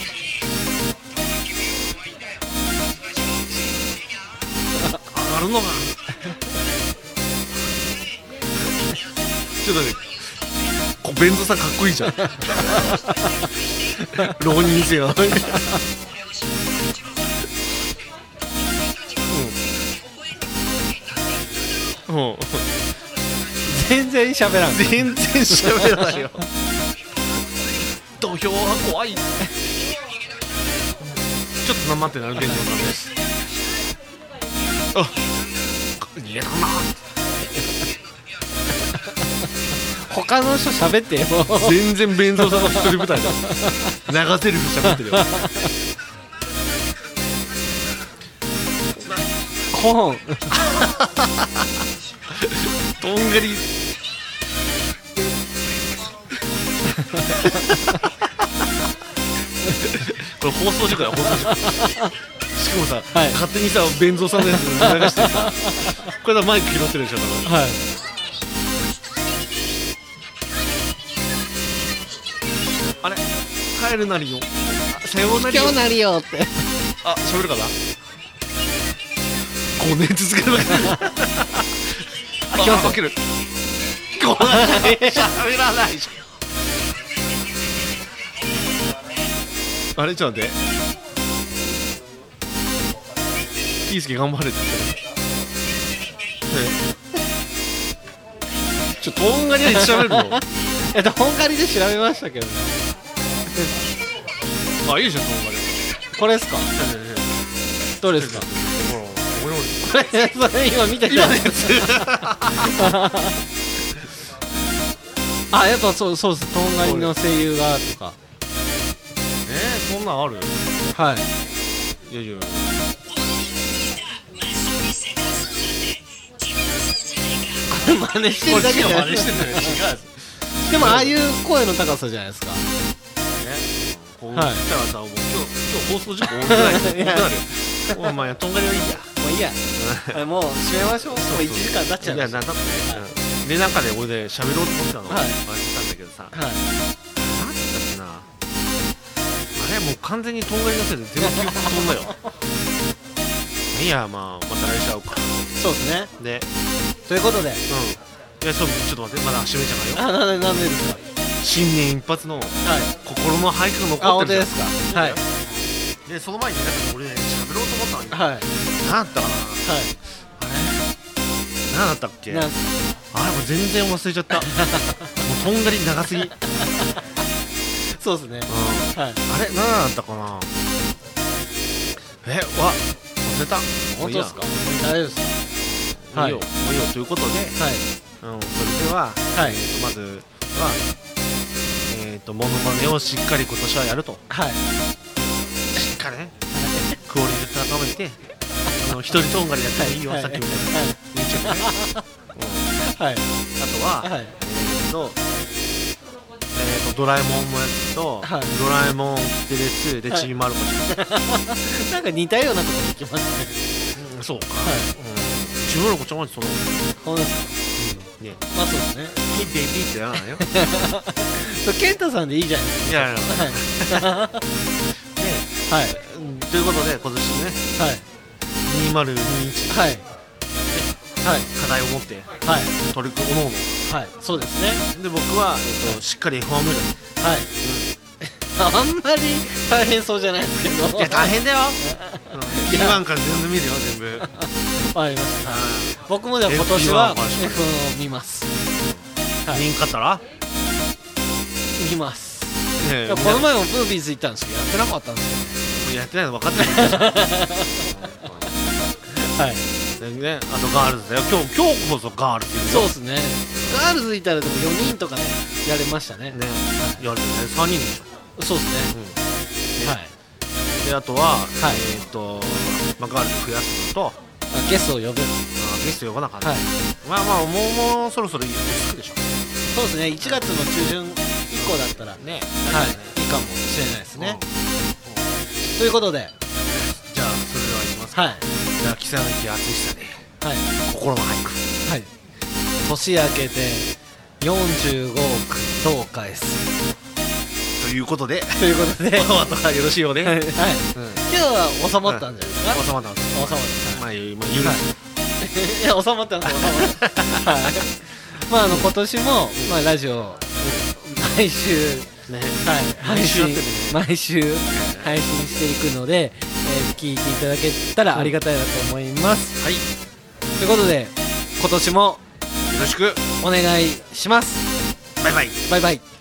Speaker 3: 上がるのか。ちょっとね、ベンゾさんかっこいいじゃん。浪人生は。
Speaker 2: 全然喋らん。
Speaker 3: 全然喋らないよ。土俵は怖い。ちょっとなまってなるベンゾさんです。逃げたな。
Speaker 2: 他の人喋ってよ。
Speaker 3: 全然弁蔵さんの一人舞台だ。長ゼリフ喋ってるよ。
Speaker 2: コーン。
Speaker 3: とんがり。これ放送事故や放送事故。しかもさ、はい、勝手にさ弁蔵さんのやつ流してるさ。これはマイク拾ってるでしょ多分。はい。あれ帰るなりよ。さようなりよ。
Speaker 2: 今日なりよって。
Speaker 3: 喋るかな。5年続けるわけ。今日かける。喋らないじゃん。あれちょっと待って。キースケ頑張れって言ってる。とんがりで喋るの。
Speaker 2: とんがりで調べましたけどね。
Speaker 3: いいじゃんとんがり。
Speaker 2: これですか。どれですか。これそれ今見てたやつ。やっぱそうです。とんがりの声優がとか。
Speaker 3: そんなんある。
Speaker 2: はい。
Speaker 3: いやいや。
Speaker 2: これ真似してるだけじゃない。
Speaker 3: 真似してるだけ。違う。
Speaker 2: でもああいう声の高さじゃないですか。
Speaker 3: こう来たらさ、もう今日放送事故多くない。お前とんがりはいいや。
Speaker 2: もういいや。もう閉めましょう。もう1時間経っちゃう。
Speaker 3: いやなんだってね。でなんかね俺で喋ろうと思ってたの。あれしたんだけどさ。なんだっけな。あれもう完全にとんがりのせいで全部記憶飛んだよ。いやまた来週会うか。
Speaker 2: そうですね。
Speaker 3: で
Speaker 2: ということで。
Speaker 3: いやちょっと待ってまだ閉めちゃうよ。
Speaker 2: なんでですか。
Speaker 3: 新年一発の心の俳句が残ってるじゃん。
Speaker 2: 本当ですか。はい。
Speaker 3: でその前になんか俺ね喋ろうと思ったんだけど。
Speaker 2: はい。
Speaker 3: なんだったかな。はい。なんだったっけ。あれもう全然忘れちゃった。もうとんがり長すぎ。
Speaker 2: そうですね。はい。
Speaker 3: あれ何だったかな。忘れた。
Speaker 2: 本当ですか。大丈夫ですか。
Speaker 3: いいよということで、それではまずはモノマネをしっかり今年はやると。しっかりね、クオリティ高めて、一人とんがりやったらいいよ、さっきみたいな YouTube ね。あとはドラえもんのやつと、ドラえもんキテレツでちびまる子ちゃん。
Speaker 2: なんか似たようなことできますね。
Speaker 3: そうか。ちびまる子ちゃんはその。
Speaker 2: そうですか。まあそうですね。
Speaker 3: ピッピッピッってやらないよ。
Speaker 2: ケンタさんでいいじゃないですか。いや
Speaker 3: ということで今年ね、2021課題を持って取り組むおのおの。
Speaker 2: そうですね。
Speaker 3: で僕はしっかり F1 見る。
Speaker 2: あんまり大変そうじゃないですけど。
Speaker 3: いや大変だよ。P1 から全部見るよ、全部。
Speaker 2: わかりました。僕もじゃあ今年は F1 を見ます。
Speaker 3: 見んかったら
Speaker 2: 見ます。この前もムービーズ行ったんですけどやってなかったんですよ。
Speaker 3: やってないの分かってる。でね、あとガールズだよ。今日こそガールズ。
Speaker 2: そうですね。ガールズいたらでも4人とかねやれましたね。
Speaker 3: やるね。3人でしょ。
Speaker 2: そうですね。
Speaker 3: であとはガールズ増やすのと
Speaker 2: ゲストを呼ぶ。
Speaker 3: ゲスト呼ばなかった。まあもうそろそろいいでしょ。
Speaker 2: そうですね。1月の中旬以降だったらね、いいかもしれないですね。ということで、
Speaker 3: じゃあそれではいきます。じゃあ木更木淳久で心の俳句。
Speaker 2: 年明けて45億どう返す
Speaker 3: ということで
Speaker 2: お後がよろしいようで、今日は収まったんじゃないですか。
Speaker 3: 収まったんです。まあ許す。
Speaker 2: いや収まったんです。まあ今年もラジオ毎週毎週配信していくので、聞いていただけたらありがたいなと思います。ということで今年も
Speaker 3: よろしく
Speaker 2: お願いします。
Speaker 3: バイバイ。
Speaker 2: バイバイ。